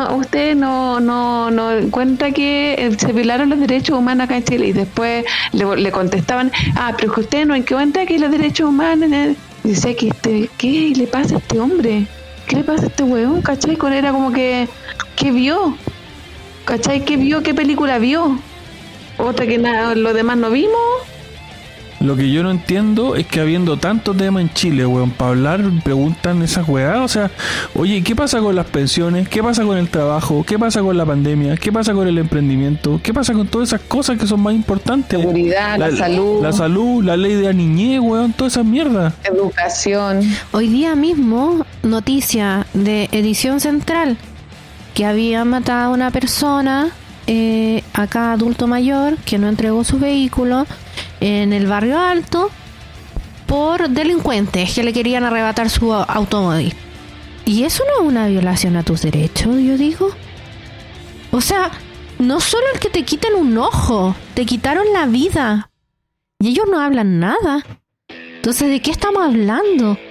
no encuentra que se violaron los derechos humanos acá en Chile, y después le contestaban pero que usted no encuentra que los derechos humanos, y dice que ¿qué le pasa a este hombre? ¿Qué le pasa a este huevón? ¿Cachai? Era como que ¿qué vio? ¿Cachai? ¿Qué vio? ¿Qué película vio? Otra que nada, los demás no vimos. Lo que yo no entiendo es que habiendo tantos temas en Chile, weón, para hablar, preguntan esas weas. O sea, oye, ¿qué pasa con las pensiones? ¿Qué pasa con el trabajo? ¿Qué pasa con la pandemia? ¿Qué pasa con el emprendimiento? ¿Qué pasa con todas esas cosas que son más importantes? Seguridad, la salud. La salud, la ley de la niñez, weón, todas esas mierdas. Educación. Hoy día mismo, noticia de Edición Central, que había matado a una persona, acá adulto mayor, que no entregó su vehículo en el barrio alto por delincuentes que le querían arrebatar su automóvil. Y eso no es una violación a tus derechos, yo digo. O sea, no solo el que te quitan un ojo, te quitaron la vida y ellos no hablan nada. Entonces, ¿de qué estamos hablando?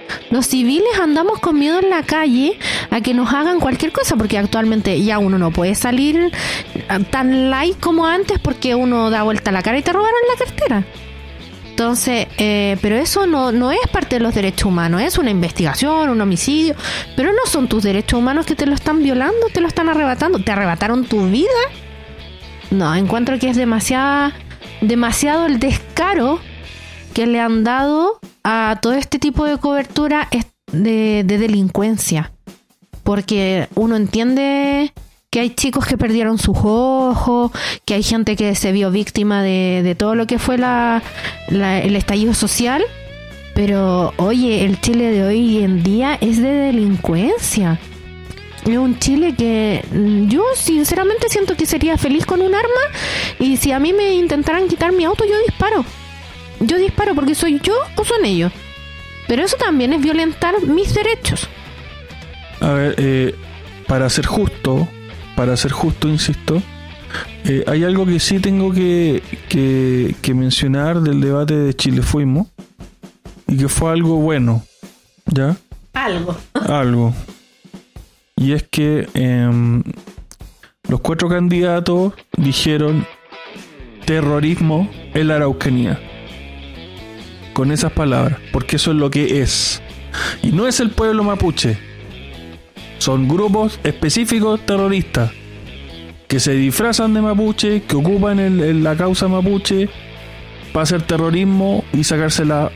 Los civiles andamos con miedo en la calle a que nos hagan cualquier cosa, porque actualmente ya uno no puede salir tan light como antes porque uno da vuelta la cara y te robaron la cartera. Entonces, pero eso no es parte de los derechos humanos, es una investigación, un homicidio, pero no son tus derechos humanos que te lo están violando, te lo están arrebatando, te arrebataron tu vida. No, encuentro que es demasiado el descaro que le han dado a todo este tipo de cobertura de delincuencia, porque uno entiende que hay chicos que perdieron sus ojos, que hay gente que se vio víctima de todo lo que fue el estallido social, pero oye, el Chile de hoy en día es de delincuencia. Es un Chile que yo sinceramente siento que sería feliz con un arma, y si a mí me intentaran quitar mi auto, yo disparo porque soy yo o son ellos, pero eso también es violentar mis derechos. A ver, para ser justo, insisto, hay algo que sí tengo que mencionar del debate de Chile Fuimos, y que fue algo bueno, ¿ya? Algo. Y es que los 4 candidatos dijeron terrorismo en la Araucanía. Con esas palabras, porque eso es lo que es. Y no es el pueblo mapuche. Son grupos específicos terroristas que se disfrazan de mapuche, que ocupan la causa mapuche para hacer terrorismo y sacársela.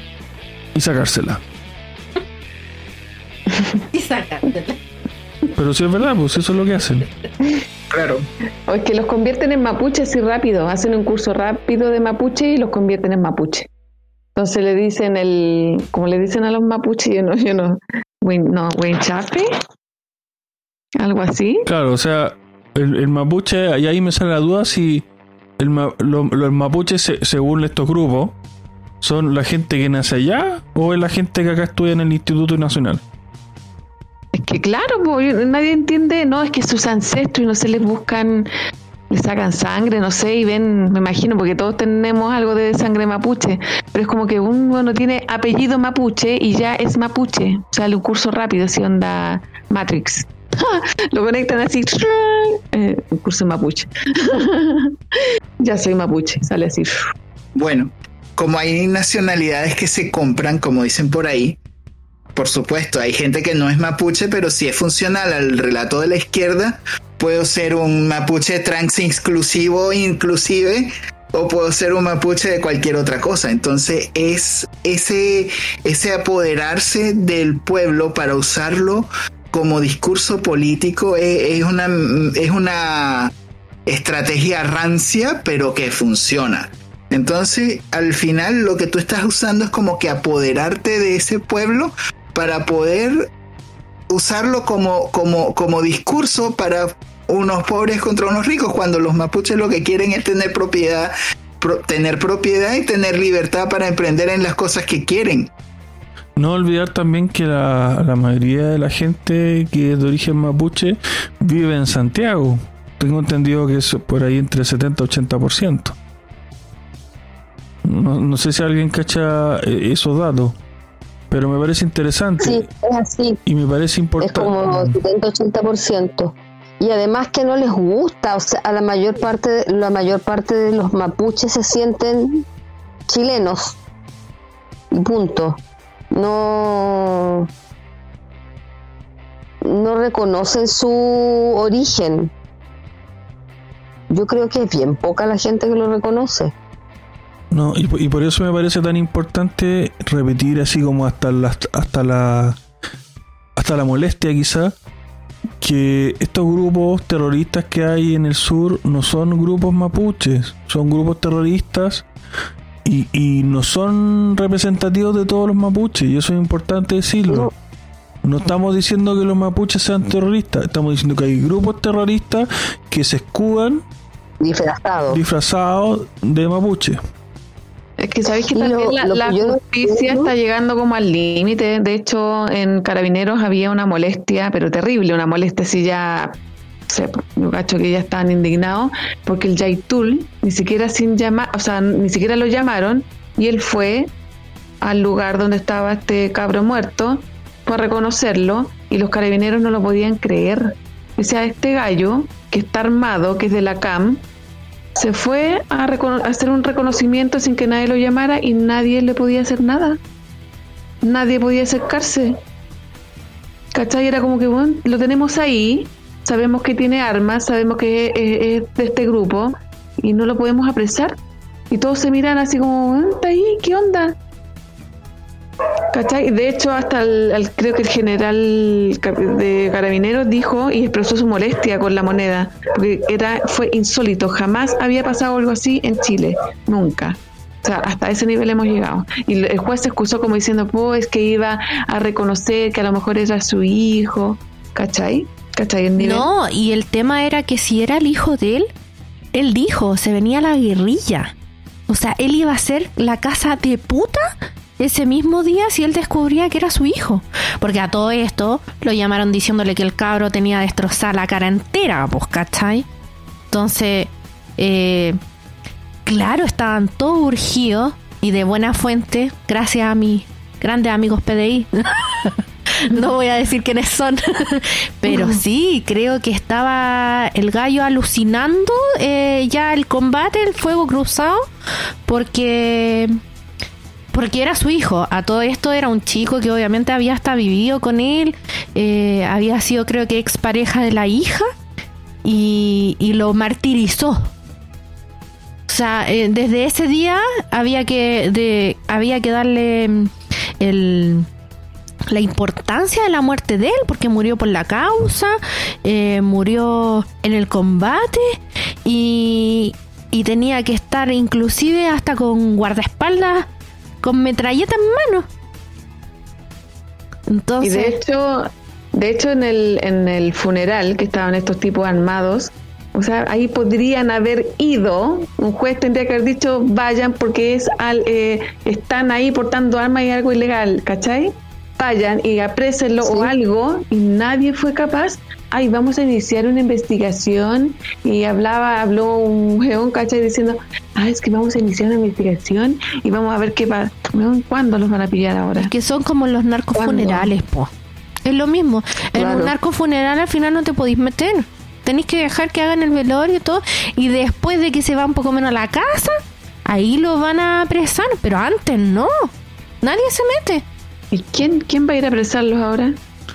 Pero si es verdad, pues eso es lo que hacen. Claro. O es que los convierten en mapuches así rápido, hacen un curso rápido de mapuche y los convierten en mapuche. Entonces le dicen como le dicen a los mapuches, yo no, Huinchape, algo así. Claro, o sea, el mapuche, y ahí me sale la duda si los mapuches, según estos grupos, son la gente que nace allá o es la gente que acá estudia en el Instituto Nacional. Es que claro, nadie entiende, no, es que sus ancestros y no se les buscan, les sacan sangre, no sé, y ven, me imagino, porque todos tenemos algo de sangre mapuche, pero es como que uno tiene apellido mapuche y ya es mapuche, o sea, un curso rápido, si onda Matrix. Lo conectan así, un curso mapuche. Ya soy mapuche, sale así. Bueno, como hay nacionalidades que se compran, como dicen por ahí, por supuesto, hay gente que no es mapuche, pero si es funcional al relato de la izquierda, puedo ser un mapuche trans inclusive, o puedo ser un mapuche de cualquier otra cosa. Entonces es ese apoderarse del pueblo para usarlo como discurso político es una estrategia rancia, pero que funciona. Entonces, al final, lo que tú estás usando es como que apoderarte de ese pueblo para poder usarlo como discurso para unos pobres contra unos ricos, cuando los mapuches lo que quieren es tener propiedad y tener libertad para emprender en las cosas que quieren. No olvidar también que la mayoría de la gente que es de origen mapuche vive en Santiago. Tengo entendido que es por ahí entre 70 y 80%. No sé si alguien cacha esos datos, pero me parece interesante. Sí, es así. Y me parece importante. Es como 70-80%. Y además que no les gusta, o sea, a la mayor parte de los mapuches se sienten chilenos. Y punto. No reconocen su origen. Yo creo que es bien poca la gente que lo reconoce. No, y por eso me parece tan importante repetir así como hasta la molestia quizá, que estos grupos terroristas que hay en el sur no son grupos mapuches, son grupos terroristas y no son representativos de todos los mapuches, y eso es importante decirlo. No estamos diciendo que los mapuches sean terroristas, estamos diciendo que hay grupos terroristas que se escudan disfrazados de mapuche. Es que sabéis que también la justicia está llegando como al límite. De hecho, en Carabineros había una molestia, pero terrible, una molestia así ya, o sea, yo cacho que ya estaban indignados porque el Yaitul ni siquiera lo llamaron y él fue al lugar donde estaba este cabro muerto, fue a reconocerlo y los carabineros no lo podían creer. O sea, este gallo que está armado, que es de la CAM, se fue a hacer un reconocimiento sin que nadie lo llamara y nadie le podía hacer nada. Nadie podía acercarse. ¿Cachai? Era como que, bueno, lo tenemos ahí, sabemos que tiene armas, sabemos que es de este grupo y no lo podemos apresar. Y todos se miran así como, ¿está ahí? ¿Qué onda? ¿Cachai? De hecho, hasta creo que el general de Carabineros dijo y expresó su molestia con la moneda, porque fue insólito, jamás había pasado algo así en Chile, nunca. O sea, hasta ese nivel hemos llegado. Y el juez se excusó como diciendo, pues que iba a reconocer que a lo mejor era su hijo, ¿cachai? ¿Cachai el nivel? No, y el tema era que si era el hijo de él dijo, se venía la guerrilla. O sea, él iba a hacer la casa de puta ese mismo día si él descubría que era su hijo. Porque a todo esto lo llamaron diciéndole que el cabro tenía destrozada la cara entera, pues, ¿cachai? Entonces, claro, estaban todos urgidos y de buena fuente, gracias a mis grandes amigos PDI. No voy a decir quiénes son, pero sí, creo que estaba el gallo alucinando ya el combate, el fuego cruzado, porque era su hijo. A todo esto era un chico que obviamente había hasta vivido con él, había sido creo que expareja de la hija y lo martirizó. O sea, desde ese día había que darle la importancia de la muerte de él, porque murió por la causa, murió en el combate y tenía que estar inclusive hasta con guardaespaldas con metralleta en mano. Entonces, y de hecho en el funeral que estaban estos tipos armados, o sea, ahí podrían haber ido, un juez tendría que haber dicho vayan porque están ahí portando armas y algo ilegal, ¿cachai? Vayan y aprésenlo, sí, o algo, y nadie fue capaz. Ay, vamos a iniciar una investigación, y habló un geón, ¿cachai? Diciendo, es que vamos a iniciar una investigación y vamos a ver qué va. ¿Cuándo los van a pillar ahora? Es que son como los narcofunerales, po. Es lo mismo. Claro. En un narcofuneral al final no te podís meter. Tenés que dejar que hagan el velorio y todo, y después de que se va un poco menos a la casa, ahí lo van a apresar, pero antes no. Nadie se mete. ¿Y quién va a ir a apresarlos ahora?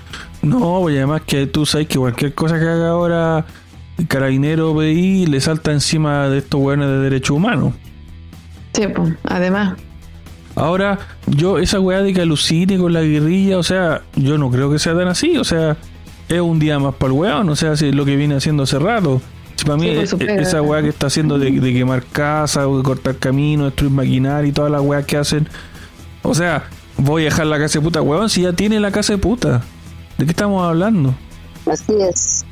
No, pues además que tú sabes que cualquier cosa que haga ahora el carabinero PDI le salta encima de estos hueones de derechos humanos. Sí, pues, además. Ahora, esa weá de que alucine con la guerrilla, o sea, yo no creo que sea tan así, o sea, es un día más para el weón, o sea, si lo que viene haciendo hace rato. Si para mí esa weá que está haciendo de quemar casas, o de cortar caminos, destruir maquinaria y todas las weas que hacen, o sea, voy a dejar la casa de puta, weón, si ya tiene la casa de puta. ¿De qué estamos hablando? Así es.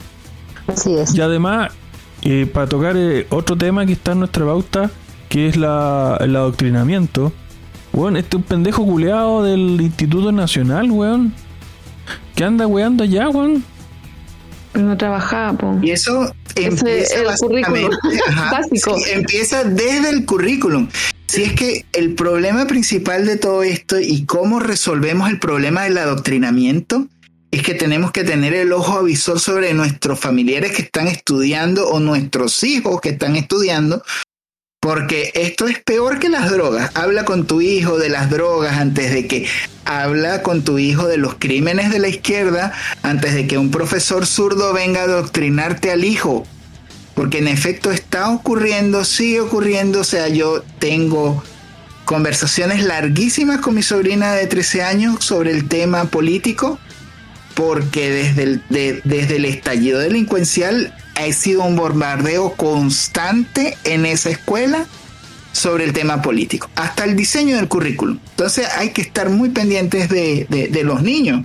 Y además, para tocar otro tema que está en nuestra pauta, que es el adoctrinamiento. Weón, este es un pendejo culeado del Instituto Nacional, weón. ¿Qué anda weando allá, weón? Pero no trabajaba, po. Y eso empieza el currículum básico. Sí, empieza desde el currículum. Si es que el problema principal de todo esto y cómo resolvemos el problema del adoctrinamiento es que tenemos que tener el ojo avisor sobre nuestros familiares que están estudiando o nuestros hijos que están estudiando, porque esto es peor que las drogas. Habla con tu hijo de las drogas antes de que habla con tu hijo de los crímenes de la izquierda, antes de que un profesor zurdo venga a adoctrinarte al hijo. Porque en efecto está ocurriendo, sigue ocurriendo. O sea, yo tengo conversaciones larguísimas con mi sobrina de 13 años sobre el tema político, porque desde el estallido delincuencial ha sido un bombardeo constante en esa escuela sobre el tema político, hasta el diseño del currículum. Entonces hay que estar muy pendientes de los niños.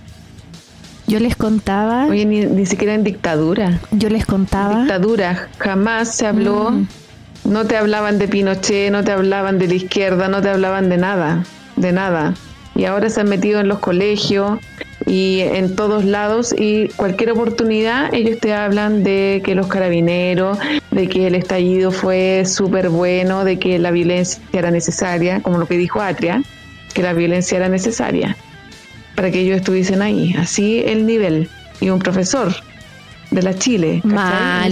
Yo les contaba... Oye, ni siquiera en dictadura. Yo les contaba... Dictadura, jamás se habló... No te hablaban de Pinochet, no te hablaban de la izquierda, no te hablaban de nada. Y ahora se han metido en los colegios y en todos lados, y cualquier oportunidad ellos te hablan de que los carabineros, de que el estallido fue súper bueno, de que la violencia era necesaria, como lo que dijo Atria. que la violencia era necesaria para que ellos estuviesen ahí. Así el nivel. Y un profesor de la Chile. Mal.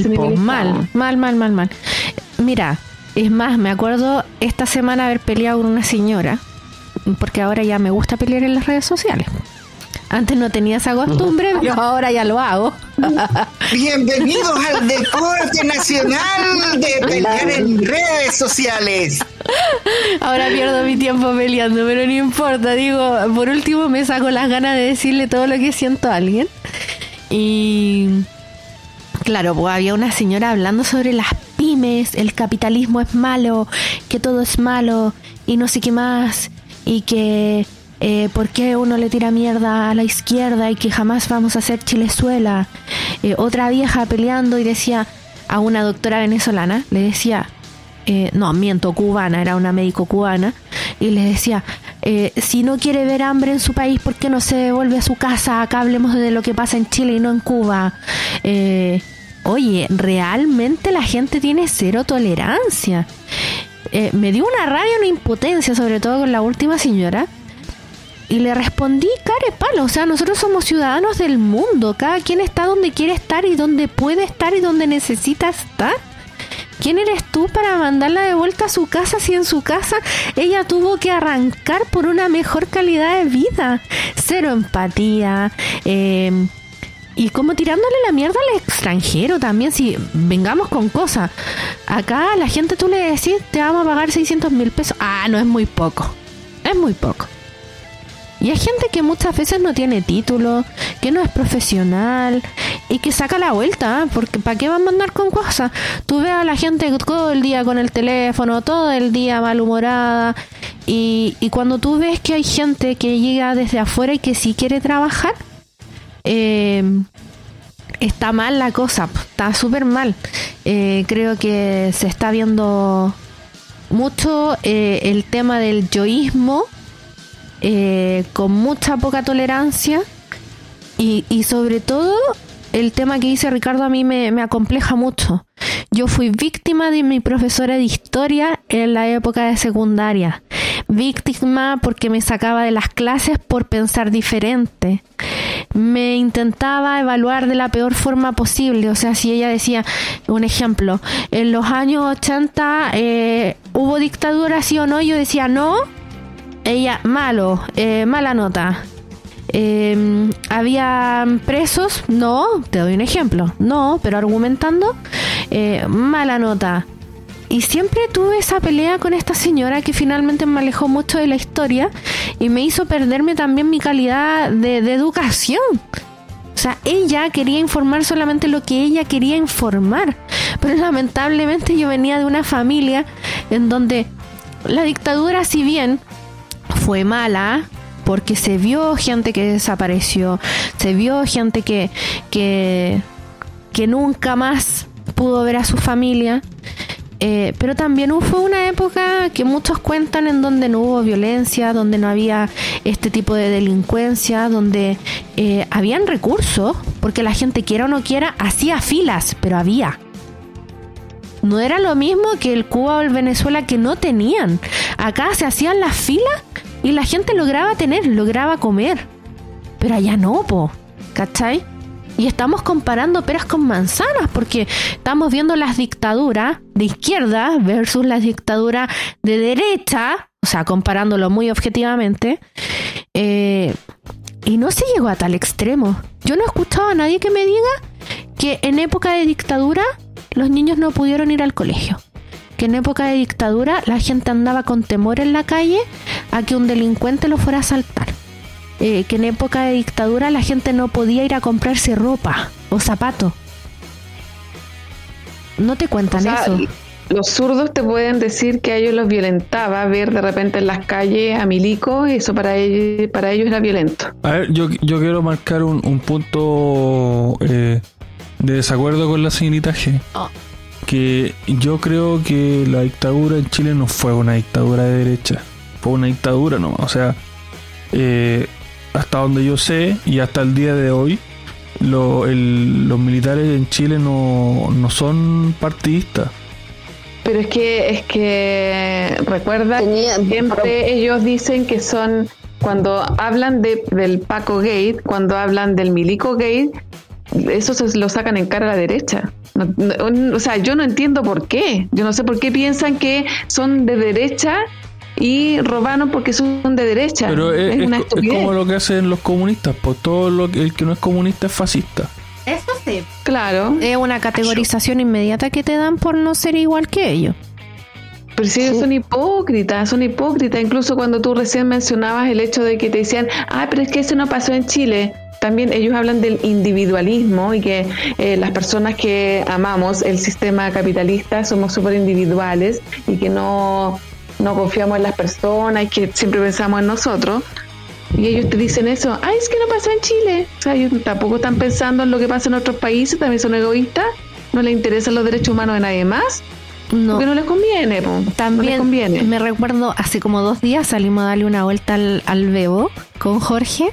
Mira, es más, me acuerdo esta semana haber peleado con una señora, porque ahora ya me gusta pelear en las redes sociales. Antes no tenía esa costumbre, pero ahora ya lo hago. Bienvenidos al deporte nacional de pelear en redes sociales. Ahora pierdo mi tiempo peleando, pero no importa. Digo, por último me saco las ganas de decirle todo lo que siento a alguien. Y claro, pues había una señora hablando sobre las pymes, el capitalismo es malo, que todo es malo y no sé qué más, y que por qué uno le tira mierda a la izquierda y que jamás vamos a ser Chilezuela. Otra vieja peleando y decía a una doctora venezolana, le decía, no, miento, cubana, era una médico cubana, y le decía, si no quiere ver hambre en su país, ¿por qué no se devuelve a su casa? Acá hablemos de lo que pasa en Chile y no en Cuba. Oye, realmente la gente tiene cero tolerancia. Me dio una rabia, una impotencia, sobre todo con la última señora. Y le respondí, carepalo, o sea, nosotros somos ciudadanos del mundo. Cada quien está donde quiere estar y donde puede estar y donde necesita estar. ¿Quién eres tú para mandarla de vuelta a su casa si en su casa ella tuvo que arrancar por una mejor calidad de vida? Cero empatía. Y como tirándole la mierda al extranjero también, si vengamos con cosas. Acá a la gente tú le decís, te vamos a pagar 600.000 pesos. Ah, no, es muy poco. Es muy poco. Y hay gente que muchas veces no tiene título, que no es profesional y que saca la vuelta, porque ¿para qué van a andar con cosas? Tú ves a la gente todo el día con el teléfono, todo el día malhumorada, y cuando tú ves que hay gente que llega desde afuera y que sí quiere trabajar, está mal la cosa, está súper mal. Creo que se está viendo mucho el tema del yoísmo, con mucha poca tolerancia y sobre todo el tema que dice Ricardo a mí me acompleja mucho. Yo fui víctima de mi profesora de historia en la época de secundaria. Víctima porque me sacaba de las clases por pensar diferente. Me intentaba evaluar de la peor forma posible. O sea, si ella decía, un ejemplo, en los años 80 hubo dictadura, sí o no, yo decía no. Ella, malo, mala nota. ¿Había presos? No, te doy un ejemplo. No, pero argumentando, mala nota. Y siempre tuve esa pelea con esta señora que finalmente me alejó mucho de la historia y me hizo perderme también mi calidad de educación. O sea, ella quería informar solamente lo que ella quería informar. Pero lamentablemente yo venía de una familia en donde la dictadura, si bien fue mala, porque se vio gente que desapareció, se vio gente que nunca más pudo ver a su familia, pero también fue una época que muchos cuentan en donde no hubo violencia, donde no había este tipo de delincuencia, donde habían recursos, porque la gente, quiera o no quiera, hacía filas, pero había. No era lo mismo que el Cuba o el Venezuela, que no tenían. Acá se hacían las filas y la gente lograba comer. Pero allá no, ¿cachai? Y estamos comparando peras con manzanas, porque estamos viendo las dictaduras de izquierda versus las dictaduras de derecha, o sea, comparándolo muy objetivamente, y no se llegó a tal extremo. Yo no he escuchado a nadie que me diga que en época de dictadura los niños no pudieron ir al colegio, que en época de dictadura la gente andaba con temor en la calle a que un delincuente lo fuera a asaltar, que en época de dictadura la gente no podía ir a comprarse ropa o zapatos. No te cuentan eso. Los zurdos te pueden decir que a ellos los violentaba ver de repente en las calles a milicos, y eso para ellos era violento. A ver, yo quiero marcar un punto de desacuerdo con la señorita G. Que yo creo que la dictadura en Chile no fue una dictadura de derecha, fue una dictadura nomás. O sea, hasta donde yo sé y hasta el día de hoy, los militares en Chile no son partidistas. Pero es que recuerda, siempre ellos dicen que son, cuando hablan del Paco Gate, cuando hablan del Milico Gate, eso se lo sacan en cara a la derecha. O sea, yo no entiendo por qué. Yo no sé por qué piensan que son de derecha y robaron porque son de derecha. Pero es una estupidez. Es como lo que hacen los comunistas, pues el que no es comunista es fascista. Eso sí. Claro. Es una categorización inmediata que te dan por no ser igual que ellos. Pero si ellos son hipócritas. Incluso cuando tú recién mencionabas el hecho de que te decían, pero es que eso no pasó en Chile. También ellos hablan del individualismo y que las personas que amamos el sistema capitalista somos súper individuales y que no confiamos en las personas y que siempre pensamos en nosotros. Y ellos te dicen eso, es que no pasó en Chile. O sea, ellos tampoco están pensando en lo que pasa en otros países, también son egoístas, no les interesan los derechos humanos de nadie más. No. Porque no les conviene, También no les conviene. Me recuerdo, hace como 2 días salimos a darle una vuelta al Bebo con Jorge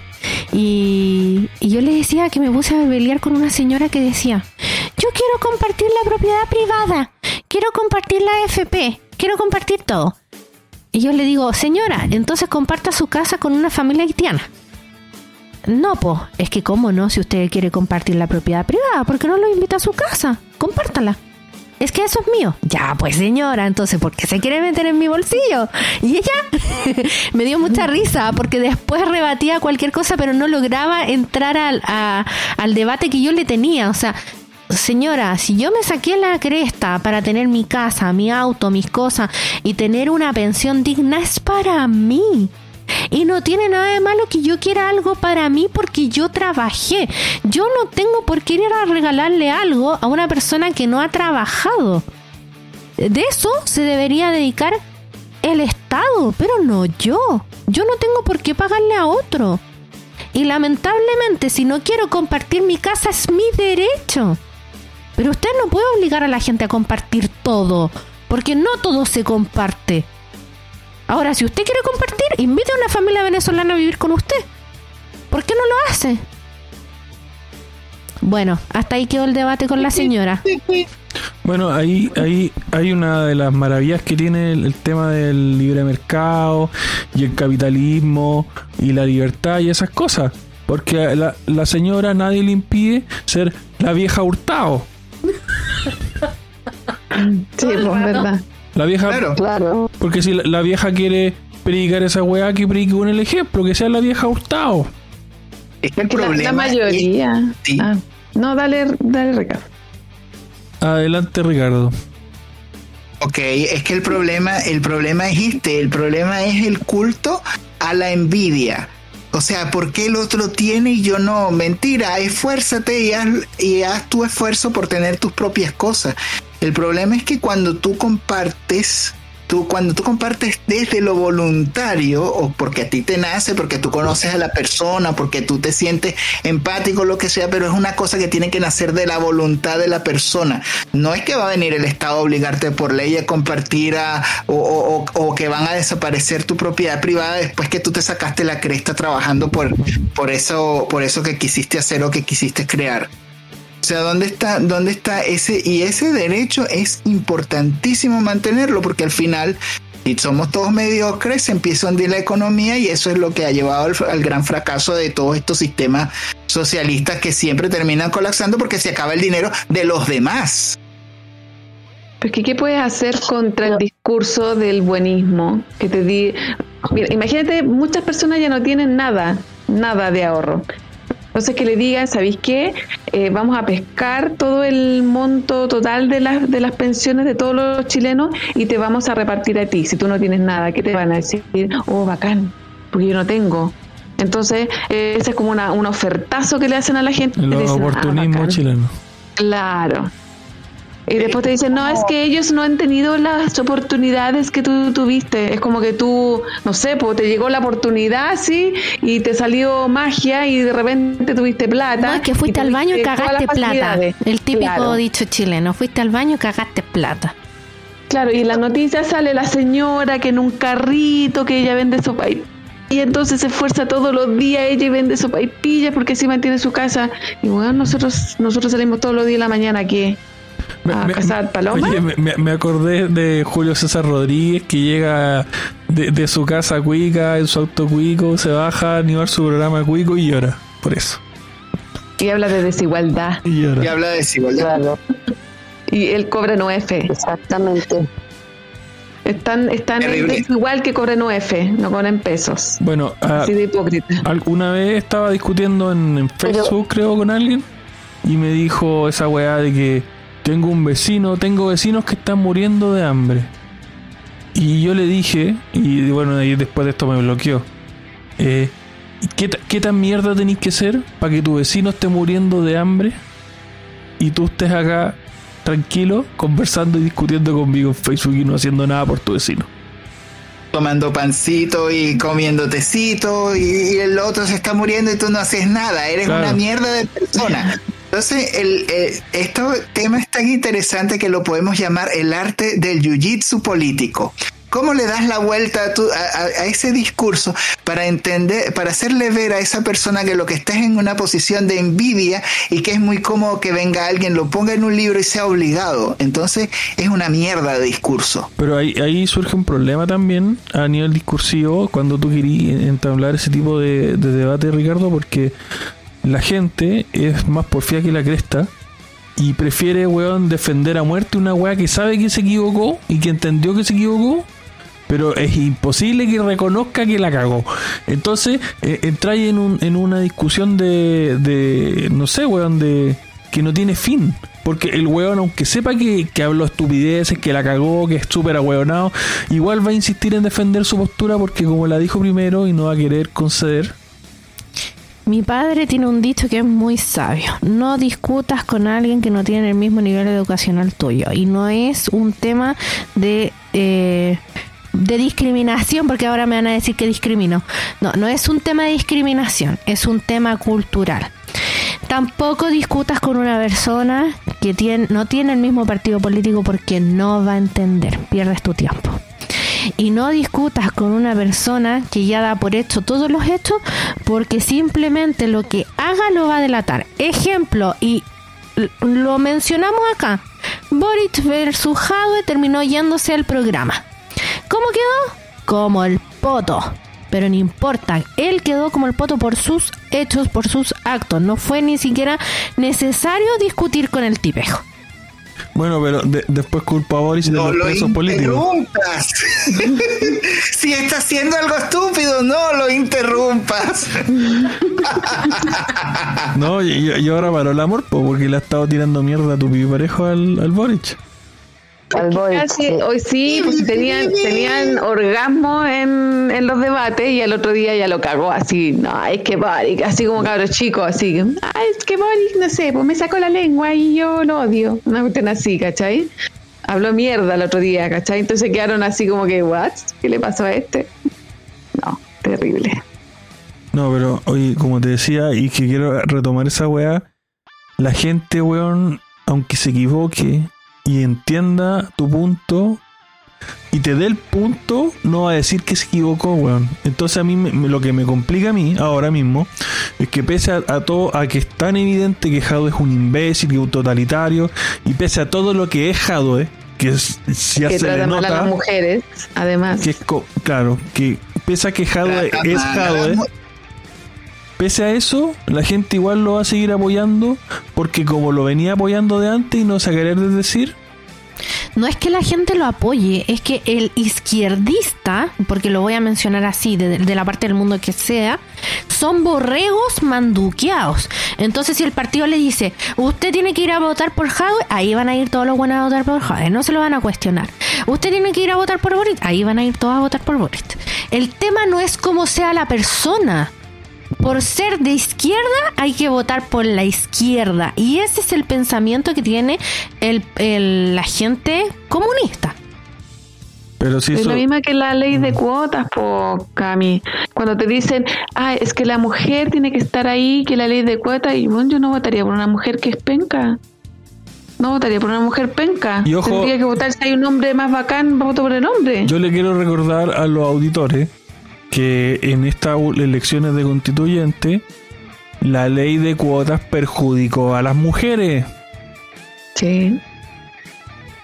y yo le decía que me puse a pelear con una señora que decía, yo quiero compartir la propiedad privada, quiero compartir la AFP, quiero compartir todo. Y yo le digo, señora, entonces comparta su casa con una familia haitiana. No, es que cómo no, si usted quiere compartir la propiedad privada, ¿por qué no lo invita a su casa? Compártala. Es que eso es mío. Ya, pues señora, entonces, ¿por qué se quiere meter en mi bolsillo? Y ella me dio mucha risa porque después rebatía cualquier cosa, pero no lograba entrar al debate que yo le tenía. O sea, señora, si yo me saqué la cresta para tener mi casa, mi auto, mis cosas y tener una pensión digna, es para mí. Y no tiene nada de malo que yo quiera algo para mí porque yo trabajé. Yo no tengo por qué ir a regalarle algo a una persona que no ha trabajado. De eso se debería dedicar el Estado, pero no yo. Yo no tengo por qué pagarle a otro. Y lamentablemente, si no quiero compartir mi casa, es mi derecho. Pero usted no puede obligar a la gente a compartir todo, porque no todo se comparte. Ahora, si usted quiere compartir, invite a una familia venezolana a vivir con usted. ¿Por qué no lo hace? Bueno, hasta ahí quedó el debate con la señora. Bueno, ahí hay una de las maravillas que tiene el tema del libre mercado y el capitalismo y la libertad y esas cosas. Porque la señora nadie le impide ser la vieja Hurtado. Sí, pues verdad. La vieja, claro. Porque si la vieja quiere predicar esa weá, que predique con el ejemplo, que sea la vieja Hurtado. Es que el problema la mayoría. Sí. No, dale, Ricardo. Adelante, Ricardo. Ok, es que el problema es el problema es el culto a la envidia. O sea, ¿por qué el otro tiene y yo no? Mentira, esfuérzate y haz tu esfuerzo por tener tus propias cosas. El problema es que cuando tú compartes desde lo voluntario, o porque a ti te nace, porque tú conoces a la persona, porque tú te sientes empático, lo que sea, pero es una cosa que tiene que nacer de la voluntad de la persona. No es que va a venir el Estado a obligarte por ley a compartir o que van a desaparecer tu propiedad privada después que tú te sacaste la cresta trabajando por eso que quisiste hacer o que quisiste crear. O sea, ¿dónde está ese derecho? Es importantísimo mantenerlo, porque al final, si somos todos mediocres, se empieza a hundir la economía, y eso es lo que ha llevado al gran fracaso de todos estos sistemas socialistas que siempre terminan colapsando porque se acaba el dinero de los demás. Porque ¿qué puedes hacer contra el discurso del buenismo? Que te mira, imagínate, muchas personas ya no tienen nada de ahorro. Entonces que le digan, ¿sabéis qué? Vamos a pescar todo el monto total de las pensiones de todos los chilenos y te vamos a repartir a ti. Si tú no tienes nada, ¿qué te van a decir? Oh, bacán, porque yo no tengo. Entonces, ese es como un ofertazo que le hacen a la gente. El oportunismo chileno. Claro. Y después te dicen, no, es que ellos no han tenido las oportunidades que tú tuviste. Es como que tú, no sé, pues te llegó la oportunidad, sí, y te salió magia y de repente tuviste plata. No, es que fuiste al baño y cagaste plata. El típico dicho chileno, fuiste al baño y cagaste plata. Claro, y en la noticia sale la señora que en un carrito, que ella vende sopaipillas, y entonces se esfuerza todos los días ella y vende sopaipillas porque así mantiene su casa. Y bueno, nosotros salimos todos los días de la mañana, ¿qué? a cazar palomas. Oye, me acordé de Julio César Rodríguez, que llega de su casa a Cuica en su auto cuico, se baja a animar su programa cuico y llora por eso. Y habla de desigualdad. Y habla de desigualdad. Claro, Y él cobra UF. exactamente. Están Terrible. igual que cobran UF, no cobran pesos. Bueno, Así de hipócrita. alguna vez estaba discutiendo en Facebook, creo, con alguien, y me dijo esa weá de que tengo vecinos que están muriendo de hambre. Y yo le dije, y bueno, y después de esto me bloqueó, ¿qué tan mierda tenés que ser para que tu vecino esté muriendo de hambre y tú estés acá tranquilo conversando y discutiendo conmigo en Facebook y no haciendo nada por tu vecino? Tomando pancito y comiendo tecito y el otro se está muriendo y tú no haces nada, eres Claro. una mierda de persona. Entonces, este tema es tan interesante que lo podemos llamar el arte del jiu-jitsu político. ¿Cómo le das la vuelta a ese discurso para entender, para hacerle ver a esa persona que lo que está es en una posición de envidia y que es muy cómodo que venga alguien, lo ponga en un libro y sea obligado? Entonces, es una mierda de discurso. Pero ahí surge un problema también a nivel discursivo cuando tú querías entablar ese tipo de debate, Ricardo, porque la gente es más porfía que la cresta y prefiere, weón, defender a muerte una weá que sabe que se equivocó y que entendió que se equivocó, pero es imposible que reconozca que la cagó. Entonces entráis en una discusión de no sé, weón, de que no tiene fin. Porque el weón, aunque sepa que habló estupideces, que la cagó, que es súper ahueonado, igual va a insistir en defender su postura porque como la dijo primero y no va a querer conceder. Mi padre tiene un dicho que es muy sabio: no discutas con alguien que no tiene el mismo nivel educacional tuyo. Y no es un tema de discriminación, porque ahora me van a decir que discrimino. No es un tema de discriminación, es un tema cultural. Tampoco discutas con una persona que no tiene el mismo partido político, porque no va a entender, pierdes tu tiempo. Y no discutas con una persona que ya da por hecho todos los hechos, porque simplemente lo que haga lo va a delatar. Ejemplo, y lo mencionamos acá, Boric versus Jadwe terminó yéndose al programa. ¿Cómo quedó? Como el poto. Pero no importa, él quedó como el poto por sus hechos, por sus actos. No fue ni siquiera necesario discutir con el tipejo. Bueno, pero después culpa a Boris de los presos políticos. Interrumpas. Si está haciendo algo estúpido, no lo interrumpas. No, y ahora paró el amor, porque le ha estado tirando mierda a tu parejo al Boric. Hoy sí, pues tenían orgasmo en los debates y el otro día ya lo cagó así. No, es que Boric, así como cabros chicos, así. Es que Boric, no sé, pues me sacó la lengua y yo lo odio. Una cuestión así, ¿cachai? Habló mierda el otro día, ¿cachai? Entonces quedaron así como que, ¿what? ¿Qué le pasó a este? No, terrible. No, pero oye, como te decía, y que quiero retomar esa weá, la gente, weón, aunque se equivoque y entienda tu punto y te dé el punto, no va a decir que se equivocó, weón. Entonces a mí lo que me complica a mí ahora mismo es que pese a todo, a que es tan evidente que Jadwe es un imbécil, que es un totalitario, y pese a todo lo que es Jadwe, que si que se le trata mal a nota, las mujeres, además. que es claro, que pese a que Jadwe es Jadwe, pese a eso, la gente igual lo va a seguir apoyando, porque como lo venía apoyando de antes y no se va a querer decir. No es que la gente lo apoye, es que el izquierdista, porque lo voy a mencionar así, de la parte del mundo que sea, son borregos manduqueados. Entonces, si el partido le dice, usted tiene que ir a votar por Jadwe, ahí van a ir todos los buenos a votar por Jadwe, no se lo van a cuestionar. Usted tiene que ir a votar por Boric, ahí van a ir todos a votar por Boric. El tema no es cómo sea la persona. Por ser de izquierda hay que votar por la izquierda, y ese es el pensamiento que tiene la gente comunista. Pero si es eso... lo mismo que la ley de cuotas, po, Cami. Cuando te dicen, es que la mujer tiene que estar ahí, que la ley de cuotas, y bueno, yo no votaría por una mujer que es penca. No votaría por una mujer penca. Y ojo, tendría que votar si hay un hombre más bacán, voto por el hombre. Yo le quiero recordar a los auditores que en estas elecciones de constituyente la ley de cuotas perjudicó a las mujeres. Sí.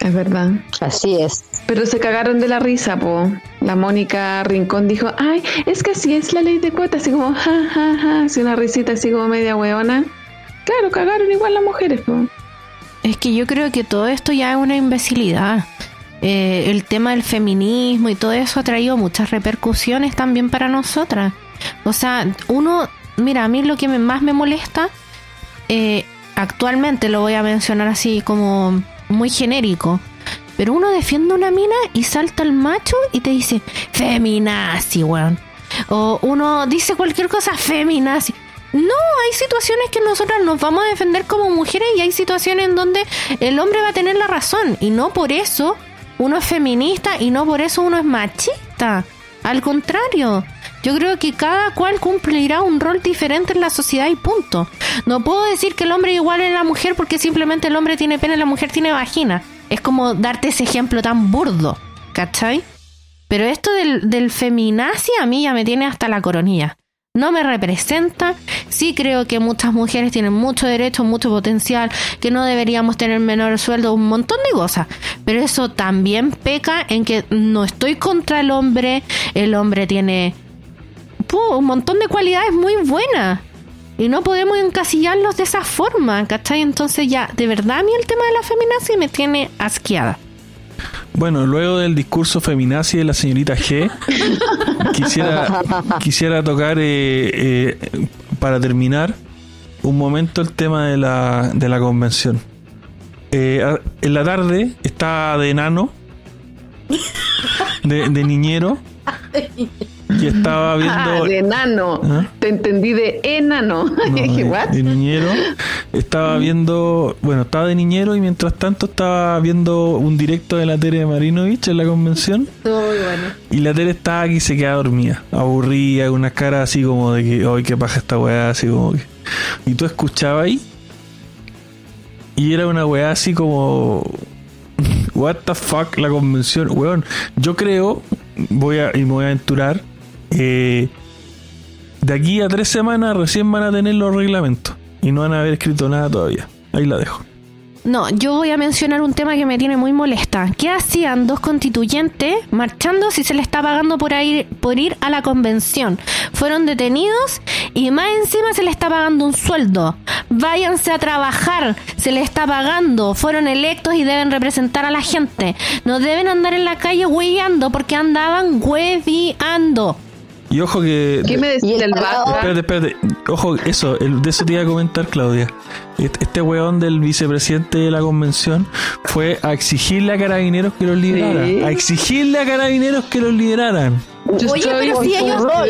Es verdad. Así es. Pero se cagaron de la risa, po. La Mónica Rincón dijo, ay, es que así es la ley de cuotas, así como, ja, ja, ja, así una risita así como media hueona. Claro, cagaron igual las mujeres, po. Es que yo creo que todo esto ya es una imbecilidad. El tema del feminismo y todo eso ha traído muchas repercusiones también para nosotras. O sea, mira, a mí lo que más me molesta, actualmente lo voy a mencionar así como muy genérico, pero uno defiende una mina y salta el macho y te dice feminazi, weón. O uno dice cualquier cosa, feminazi. No, hay situaciones que nosotras nos vamos a defender como mujeres y hay situaciones en donde el hombre va a tener la razón y no por eso uno es feminista y no por eso uno es machista. Al contrario, yo creo que cada cual cumplirá un rol diferente en la sociedad y punto. No puedo decir que el hombre es igual a la mujer porque simplemente el hombre tiene pene y la mujer tiene vagina. Es como darte ese ejemplo tan burdo, ¿cachai? Pero esto del feminazi a mí ya me tiene hasta la coronilla. No me representa. Sí creo que muchas mujeres tienen mucho derecho, mucho potencial, que no deberíamos tener menor sueldo, un montón de cosas. Pero eso también peca en que no estoy contra el hombre tiene un montón de cualidades muy buenas. Y no podemos encasillarlos de esa forma, ¿cachai? Entonces ya, de verdad a mí el tema de la feminazi me tiene asqueada. Bueno, luego del discurso feminazi de la señorita G, quisiera tocar, para terminar, un momento el tema de la convención. En la tarde estaba de enano, de niñero, y estaba viendo... de enano. ¿Ah? Te entendí de enano. No, Dije, ¿what? de niñero. Estaba viendo... Bueno, estaba de niñero y mientras tanto estaba viendo un directo de la Tere Marinovich en la convención. Muy bueno. Y la Tere estaba aquí y se quedaba dormida. Aburrida, con unas caras así como de que... ¡Ay, qué paja esta weá! Así como que... Y tú escuchabas ahí. Y era una weá así como... What the fuck, la convención. Weón, yo creo... me voy a aventurar... de aquí a 3 semanas recién van a tener los reglamentos y no van a haber escrito nada todavía. Ahí la dejo. No, yo voy a mencionar un tema que me tiene muy molesta. ¿Qué hacían 2 constituyentes marchando si se les está pagando por ir a la convención? Fueron detenidos y más encima se les está pagando un sueldo. Váyanse a trabajar, se les está pagando. Fueron electos y deben representar a la gente. No deben andar en la calle hueveando porque andaban hueveando. Y ojo que... ¿Qué me decía el vaca? Espérate. Ojo, de eso te iba a comentar, Claudia. Este weón del vicepresidente de la convención fue a exigirle a Carabineros que los liberara. Sí. A exigirle a Carabineros que los liberaran. Oye, pero si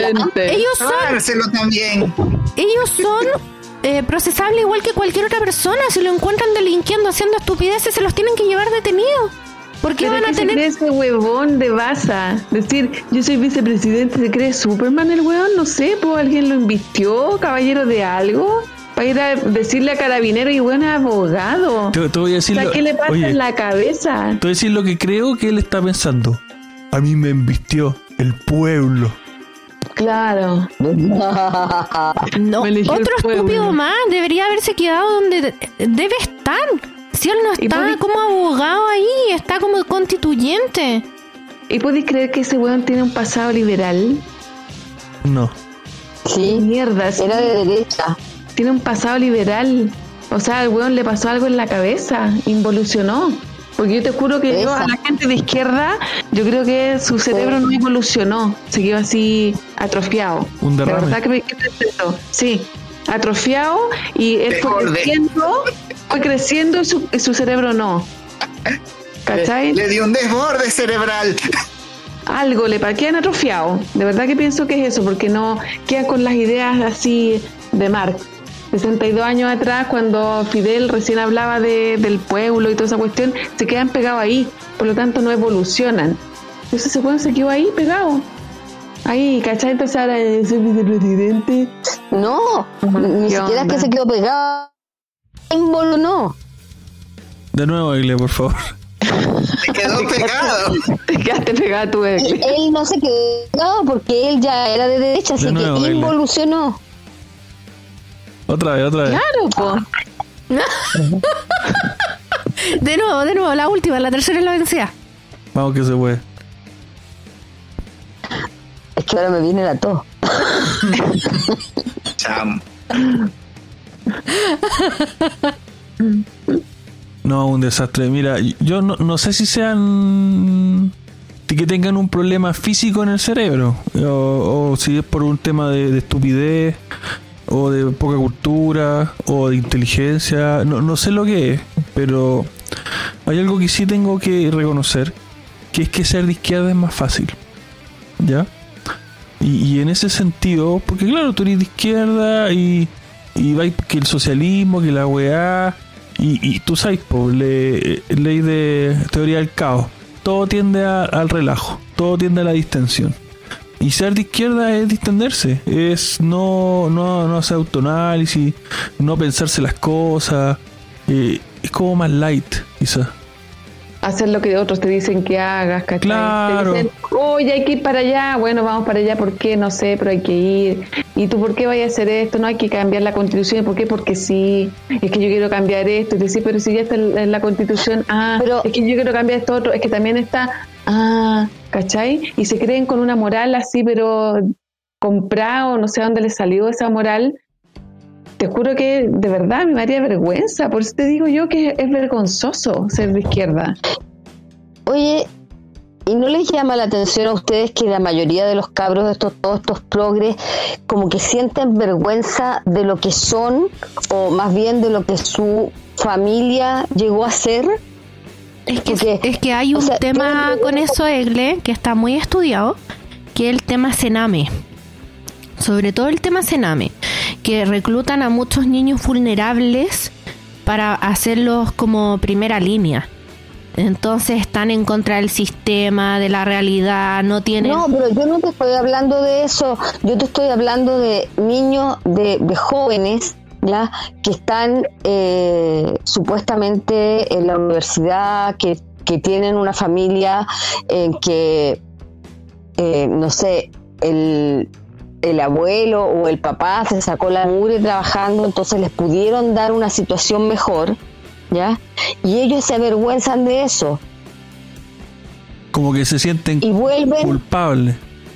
ellos son procesables igual que cualquier otra persona. Si lo encuentran delinquiendo, haciendo estupideces, se los tienen que llevar detenidos. ¿Por qué van a se tener...? cree ese huevón de Baza? Decir, yo soy vicepresidente, ¿se cree Superman el huevón? No sé, pues alguien lo invistió, caballero de algo, para ir a decirle a Carabinero y bueno, abogado. Te voy a decir... O sea, ¿qué le pasa en la cabeza? Te voy a decir lo que creo que él está pensando. A mí me invistió el pueblo. Claro. No, otro estúpido más debería haberse quedado donde debe estar. Si él no está como abogado ahí, está como constituyente. ¿Y podéis creer que ese weón tiene un pasado liberal? No. Sí, mierda, sí. Era de derecha. Tiene un pasado liberal. O sea, al weón le pasó algo en la cabeza, involucionó. Porque yo te juro que yo, a la gente de izquierda, yo creo que su cerebro no evolucionó, se quedó así atrofiado. Un derrame. La verdad que me presentó. Sí, atrofiado, y él fue creciendo y su cerebro no. ¿Cachai? Le dio un desborde cerebral. Algo le quedan atrofiado. De verdad que pienso que es eso, porque no quedan con las ideas así de Marx. 62 años atrás, cuando Fidel recién hablaba del pueblo y toda esa cuestión, se quedan pegados ahí, por lo tanto no evolucionan. Entonces ese pueblo se quedó ahí pegado. Ahí, ¿cachai? Entonces ahora es el vicepresidente. No, ni siquiera es que se quedó pegado. Involucionó. De nuevo, Egle, por favor. Se quedó pegado. Te quedaste pegado tú, Egle. Él no se quedó pegado porque él ya era de derecha, así nuevo, que involucionó. Otra vez. Claro, po. De nuevo, la última, la tercera es la vencida. Vamos que se puede. Es que ahora me viene la tos. Chamo. No, un desastre. Mira, yo no sé si sean que tengan un problema físico en el cerebro o si es por un tema de estupidez o de poca cultura o de inteligencia, no sé lo que es, pero hay algo que sí tengo que reconocer, que es que ser de izquierda es más fácil, ¿ya? Y en ese sentido, porque claro, tú eres de izquierda y vais que el socialismo, que la weá, y tú sabes, ley de teoría del caos, todo tiende al relajo, todo tiende a la distensión. Y ser de izquierda es distenderse, es no hacer autoanálisis, no pensarse las cosas, es como más light, quizás. Hacer lo que otros te dicen que hagas, ¿cachai? Claro. Te dicen, oye, hay que ir para allá. Bueno, vamos para allá, ¿por qué? No sé, pero hay que ir. ¿Y tú por qué vayas a hacer esto? No hay que cambiar la Constitución. ¿Por qué? Porque sí. Es que yo quiero cambiar esto. Y decir, pero si ya está en la Constitución. Pero es que yo quiero cambiar esto otro. Es que también está. ¿Cachai? Y se creen con una moral así, pero comprado, no sé dónde les salió esa moral. Te juro que de verdad me daría vergüenza. Por eso te digo yo que es vergonzoso ser de izquierda. Oye, ¿y no les llama la atención a ustedes que la mayoría de los cabros, todos estos progres, como que sienten vergüenza de lo que son, o más bien de lo que su familia llegó a ser? Es que hay un tema con eso, Egle, que está muy estudiado, que es el tema Sename. Sobre todo el tema Sename, que reclutan a muchos niños vulnerables para hacerlos como primera línea. Entonces están en contra del sistema, de la realidad, no tienen... No, pero yo no te estoy hablando de eso, yo te estoy hablando de niños, de jóvenes, ya, que están supuestamente en la universidad, que tienen una familia en que, no sé, el abuelo o el papá se sacó la mugre trabajando, entonces les pudieron dar una situación mejor, ¿ya? Y ellos se avergüenzan de eso. Como que se sienten y vuelven culpables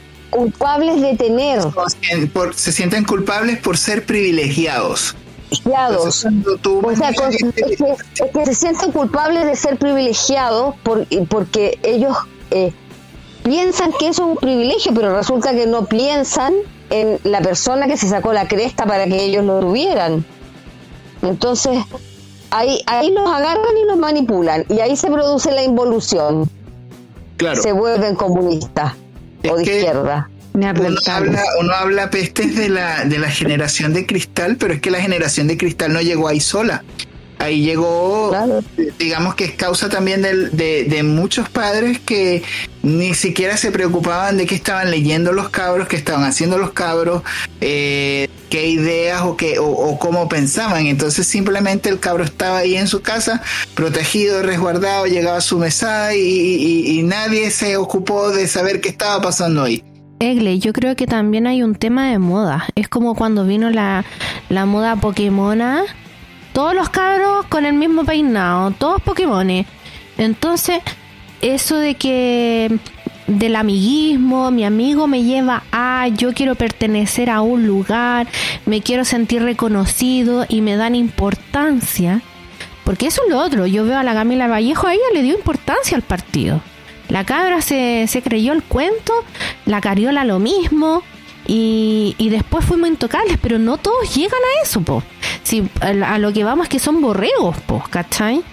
de tener. Se sienten culpables por ser privilegiados. Entonces, o sea, es que se sienten culpables de ser privilegiados porque ellos... piensan que eso es un privilegio, pero resulta que no piensan en la persona que se sacó la cresta para que ellos lo tuvieran. Entonces, ahí los agarran y los manipulan, y ahí se produce la involución. Claro. Se vuelven comunistas o de izquierda. Uno habla pestes de la generación de cristal, pero es que la generación de cristal no llegó ahí sola. Ahí llegó, claro. Digamos que es causa también de muchos padres que ni siquiera se preocupaban de qué estaban leyendo los cabros, qué estaban haciendo los cabros, qué ideas o cómo pensaban. Entonces simplemente el cabro estaba ahí en su casa, protegido, resguardado, llegaba a su mesada y nadie se ocupó de saber qué estaba pasando ahí. Egle, yo creo que también hay un tema de moda. Es como cuando vino la moda Pokémona. Todos los cabros con el mismo peinado, todos Pokémones. Entonces, eso de que del amiguismo, mi amigo me lleva a, yo quiero pertenecer a un lugar, me quiero sentir reconocido y me dan importancia. Porque eso es lo otro. Yo veo a la Camila Vallejo, a ella le dio importancia al partido. La cabra se creyó el cuento, la Cariola lo mismo. Y después fuimos intocables, pero no todos llegan a eso, po. Si a lo que vamos es que son borregos, po, ¿cachai?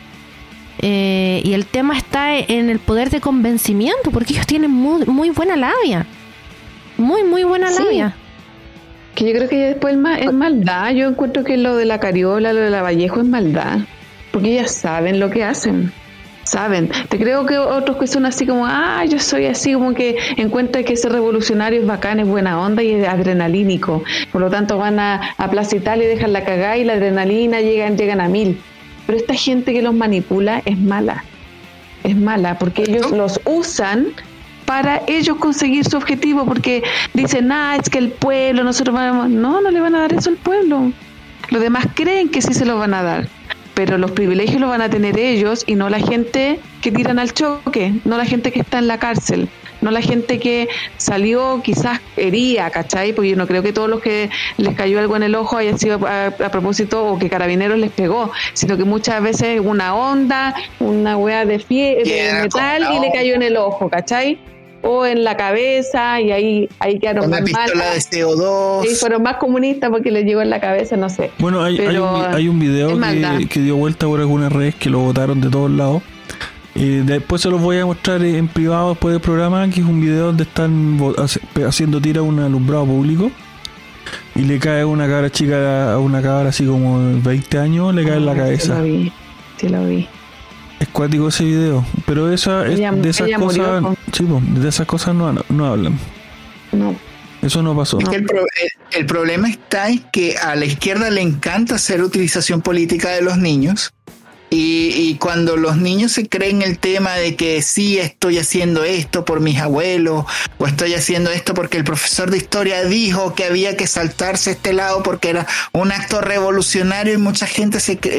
Y el tema está en el poder de convencimiento, porque ellos tienen muy buena labia. Muy buena labia. Que yo creo que después es maldad. Yo encuentro que lo de la Cariola, lo de la Vallejo es maldad, porque ellas saben lo que hacen. Saben, te creo que otros que son así como, yo soy así, como que encuentran que ese revolucionario es bacán, es buena onda y es adrenalínico, por lo tanto van a Plaza Italia y dejan la cagada y la adrenalina llegan a 1000, pero esta gente que los manipula es mala, porque ellos los usan para ellos conseguir su objetivo, porque dicen, es que el pueblo, nosotros vamos, no le van a dar eso al pueblo, los demás creen que sí se lo van a dar. pero los privilegios los van a tener ellos y no la gente que tiran al choque, no la gente que está en la cárcel, no la gente que salió quizás herida, ¿cachai? Porque yo no creo que todos los que les cayó algo en el ojo haya sido a propósito o que Carabineros les pegó, sino que muchas veces una onda, una hueá de metal y le cayó en el ojo, ¿cachai? O en la cabeza y ahí quedaron más mal. Una pistola de CO2. Y fueron más comunistas porque les llegó en la cabeza, no sé. Bueno, hay un video que dio vuelta por algunas redes que lo botaron de todos lados. Después se los voy a mostrar en privado después del programa, que es un video donde están haciendo tira a un alumbrado público y le cae una cabra chica, a una cabra así como de 20 años, le cae en la cabeza. Sí lo vi. Es cuático ese video, pero de esas cosas, sí, de esas cosas no hablan. No. Eso no pasó. Es que el problema está en que a la izquierda le encanta hacer utilización política de los niños. Y cuando los niños se creen el tema de que sí, estoy haciendo esto por mis abuelos, o estoy haciendo esto porque el profesor de historia dijo que había que saltarse este lado porque era un acto revolucionario, y mucha gente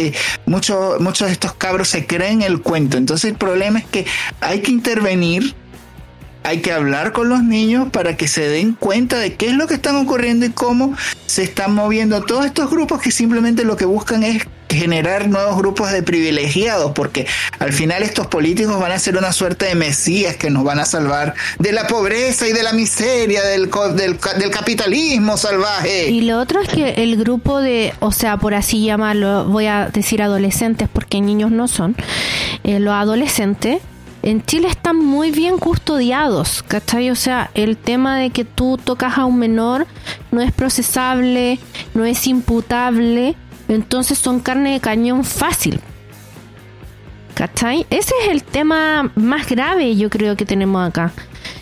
muchos de estos cabros se creen el cuento. Entonces el problema es que hay que intervenir, hay que hablar con los niños para que se den cuenta de qué es lo que están ocurriendo y cómo se están moviendo todos estos grupos que simplemente lo que buscan es generar nuevos grupos de privilegiados, porque al final estos políticos van a ser una suerte de mesías que nos van a salvar de la pobreza y de la miseria del capitalismo salvaje. Y lo otro es que el grupo de, o sea, por así llamarlo, voy a decir adolescentes porque niños no son, los adolescentes en Chile están muy bien custodiados, ¿cachai? O sea, el tema de que tú tocas a un menor no es procesable, no es imputable, entonces son carne de cañón fácil, ¿cachai? Ese es el tema más grave, yo creo, que tenemos acá.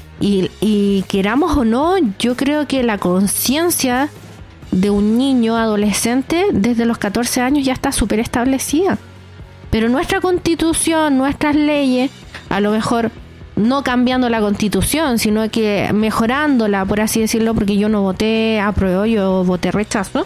Y queramos o no, yo creo que la conciencia de un niño adolescente desde los 14 años ya está súper establecida. Pero nuestra constitución, nuestras leyes, a lo mejor no cambiando la constitución, sino que mejorándola, por así decirlo, porque yo no voté apruebo, yo voté rechazo,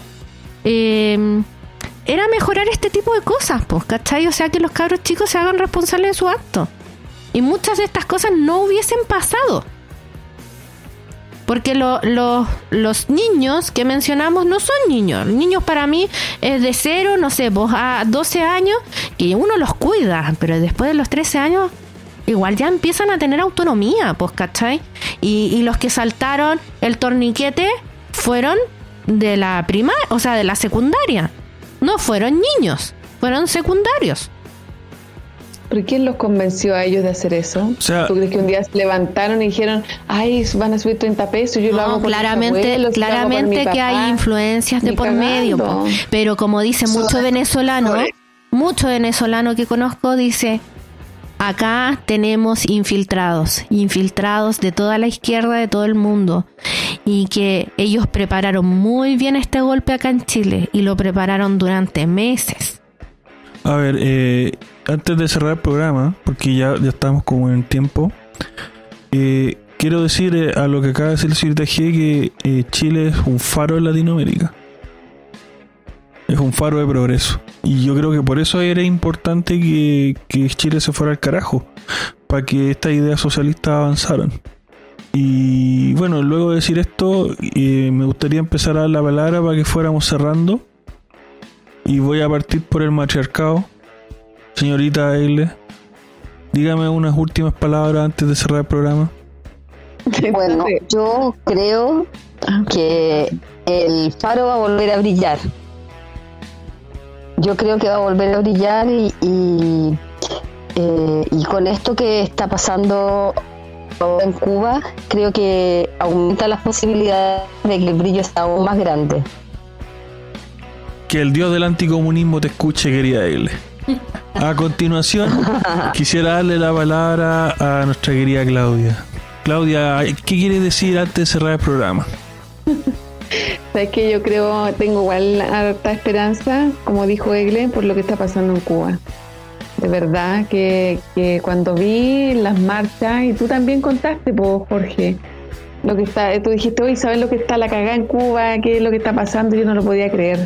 era mejorar este tipo de cosas, pues, ¿cachai? O sea, que los cabros chicos se hagan responsables de su acto. Y muchas de estas cosas no hubiesen pasado. Porque los niños que mencionamos no son niños. Niños para mí es de 0, no sé, pues a 12 años, que uno los cuida, pero después de los 13 años igual ya empiezan a tener autonomía, pues, ¿cachai? Y los que saltaron el torniquete fueron de la primaria, o sea, de la secundaria. No fueron niños, fueron secundarios. ¿Pero quién los convenció a ellos de hacer eso? O sea, ¿tú crees que un día se levantaron y dijeron, ay, van a subir 30 pesos, yo lo hago por claramente que hay influencias de por medio, po. Pero como dice mucho venezolano que conozco, dice, acá tenemos infiltrados de toda la izquierda, de todo el mundo, y que ellos prepararon muy bien este golpe acá en Chile y lo prepararon durante meses. A ver, antes de cerrar el programa, porque ya estamos como en el tiempo, quiero decir a lo que acaba de decir el señorita G que Chile es un faro de Latinoamérica. Es un faro de progreso. Y yo creo que por eso era importante que Chile se fuera al carajo, para que estas ideas socialistas avanzaran. Y bueno, luego de decir esto, me gustaría empezar a dar la palabra para que fuéramos cerrando. Y voy a partir por el matriarcado. Señorita Egle, dígame unas últimas palabras antes de cerrar el programa. Bueno, yo creo que el faro va a volver a brillar. Yo creo que va a volver a brillar y con esto que está pasando en Cuba, creo que aumenta las posibilidades de que el brillo sea aún más grande. Que el dios del anticomunismo te escuche, querida Egle. A continuación, quisiera darle la palabra a nuestra querida Claudia. Claudia, ¿qué quieres decir antes de cerrar el programa? Sabes que yo creo, tengo igual harta esperanza, como dijo Egle, por lo que está pasando en Cuba. De verdad que cuando vi las marchas, y tú también contaste, pues, Jorge, lo que está, tú dijiste, hoy ¿sabes lo que está la cagada en Cuba? ¿Qué es lo que está pasando? Yo no lo podía creer. De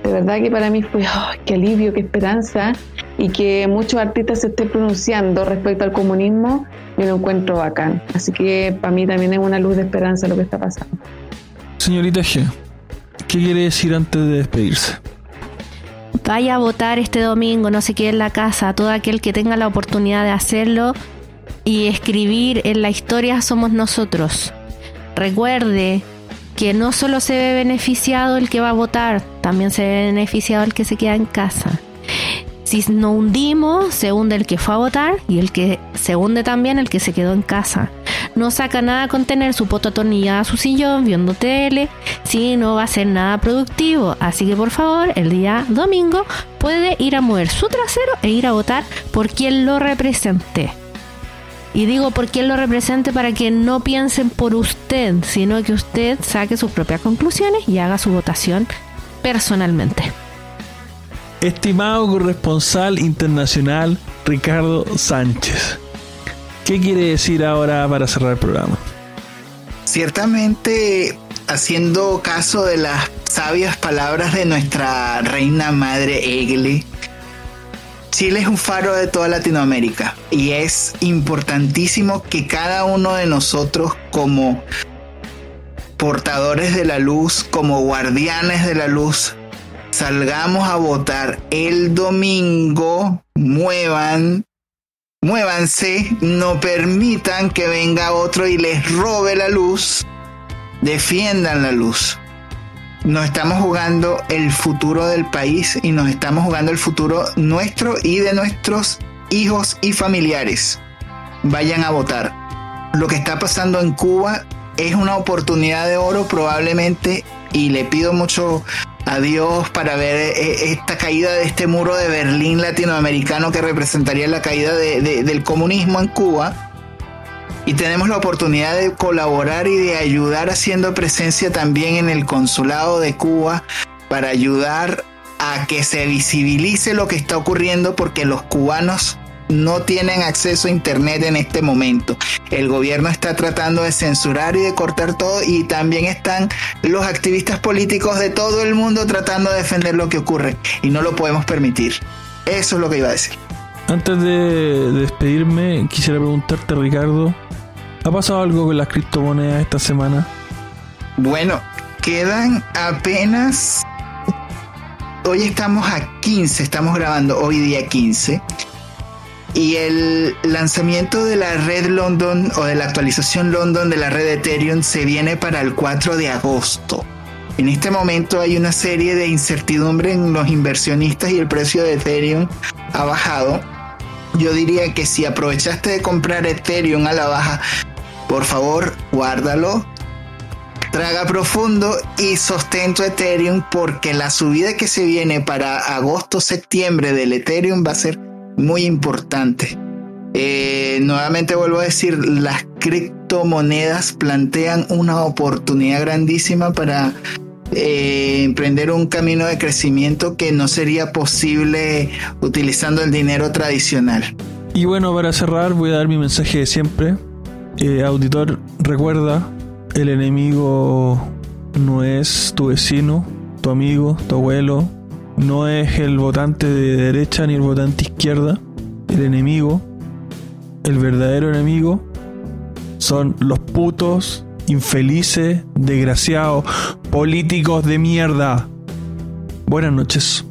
De verdad que para mí fue qué alivio, qué esperanza, y que muchos artistas se estén pronunciando respecto al comunismo, yo lo encuentro bacán. Así que para mí también es una luz de esperanza lo que está pasando. Señorita G, ¿qué quiere decir antes de despedirse? Vaya a votar este domingo, no se quede en la casa. Todo aquel que tenga la oportunidad de hacerlo y escribir en la historia somos nosotros. Recuerde que no solo se ve beneficiado el que va a votar, también se ve beneficiado el que se queda en casa. Si nos hundimos, se hunde el que fue a votar y el que se hunde también el que se quedó en casa. No saca nada con tener su poto atornillada a su sillón viendo tele, si no va a ser nada productivo. Así que por favor, el día domingo puede ir a mover su trasero e ir a votar por quien lo represente. Y digo por quien lo represente para que no piensen por usted, sino que usted saque sus propias conclusiones y haga su votación personalmente. Estimado corresponsal internacional Ricardo Sánchez, ¿qué quiere decir ahora para cerrar el programa? Ciertamente, haciendo caso de las sabias palabras de nuestra reina madre Egle, Chile es un faro de toda Latinoamérica y es importantísimo que cada uno de nosotros, como portadores de la luz, como guardianes de la luz, salgamos a votar el domingo. Muévanse, no permitan que venga otro y les robe la luz. Defiendan la luz. Nos estamos jugando el futuro del país y nos estamos jugando el futuro nuestro y de nuestros hijos y familiares. Vayan a votar. Lo que está pasando en Cuba es una oportunidad de oro probablemente, y le pido mucho a Dios para ver esta caída de este muro de Berlín latinoamericano que representaría la caída del comunismo en Cuba. Y tenemos la oportunidad de colaborar y de ayudar haciendo presencia también en el consulado de Cuba para ayudar a que se visibilice lo que está ocurriendo, porque los cubanos no tienen acceso a internet en este momento. El gobierno está tratando de censurar y de cortar todo, y también están los activistas políticos de todo el mundo tratando de defender lo que ocurre, y no lo podemos permitir. Eso es lo que iba a decir. Antes de despedirme, quisiera preguntarte, Ricardo, ¿ha pasado algo con las criptomonedas esta semana? Bueno, quedan apenas... Hoy estamos a 15, estamos grabando hoy día 15. Y el lanzamiento de la red London, o de la actualización London de la red Ethereum, se viene para el 4 de agosto. En este momento hay una serie de incertidumbre en los inversionistas y el precio de Ethereum ha bajado. Yo diría que si aprovechaste de comprar Ethereum a la baja, por favor, guárdalo, traga profundo y sostén tu Ethereum, porque la subida que se viene para agosto-septiembre del Ethereum va a ser muy importante. Nuevamente vuelvo a decir, las criptomonedas plantean una oportunidad grandísima para emprender un camino de crecimiento que no sería posible utilizando el dinero tradicional. Y bueno, para cerrar voy a dar mi mensaje de siempre. Auditor, recuerda, el enemigo no es tu vecino, tu amigo, tu abuelo, no es el votante de derecha ni el votante izquierda. El enemigo, el verdadero enemigo, son los putos, infelices, desgraciados, políticos de mierda. Buenas noches.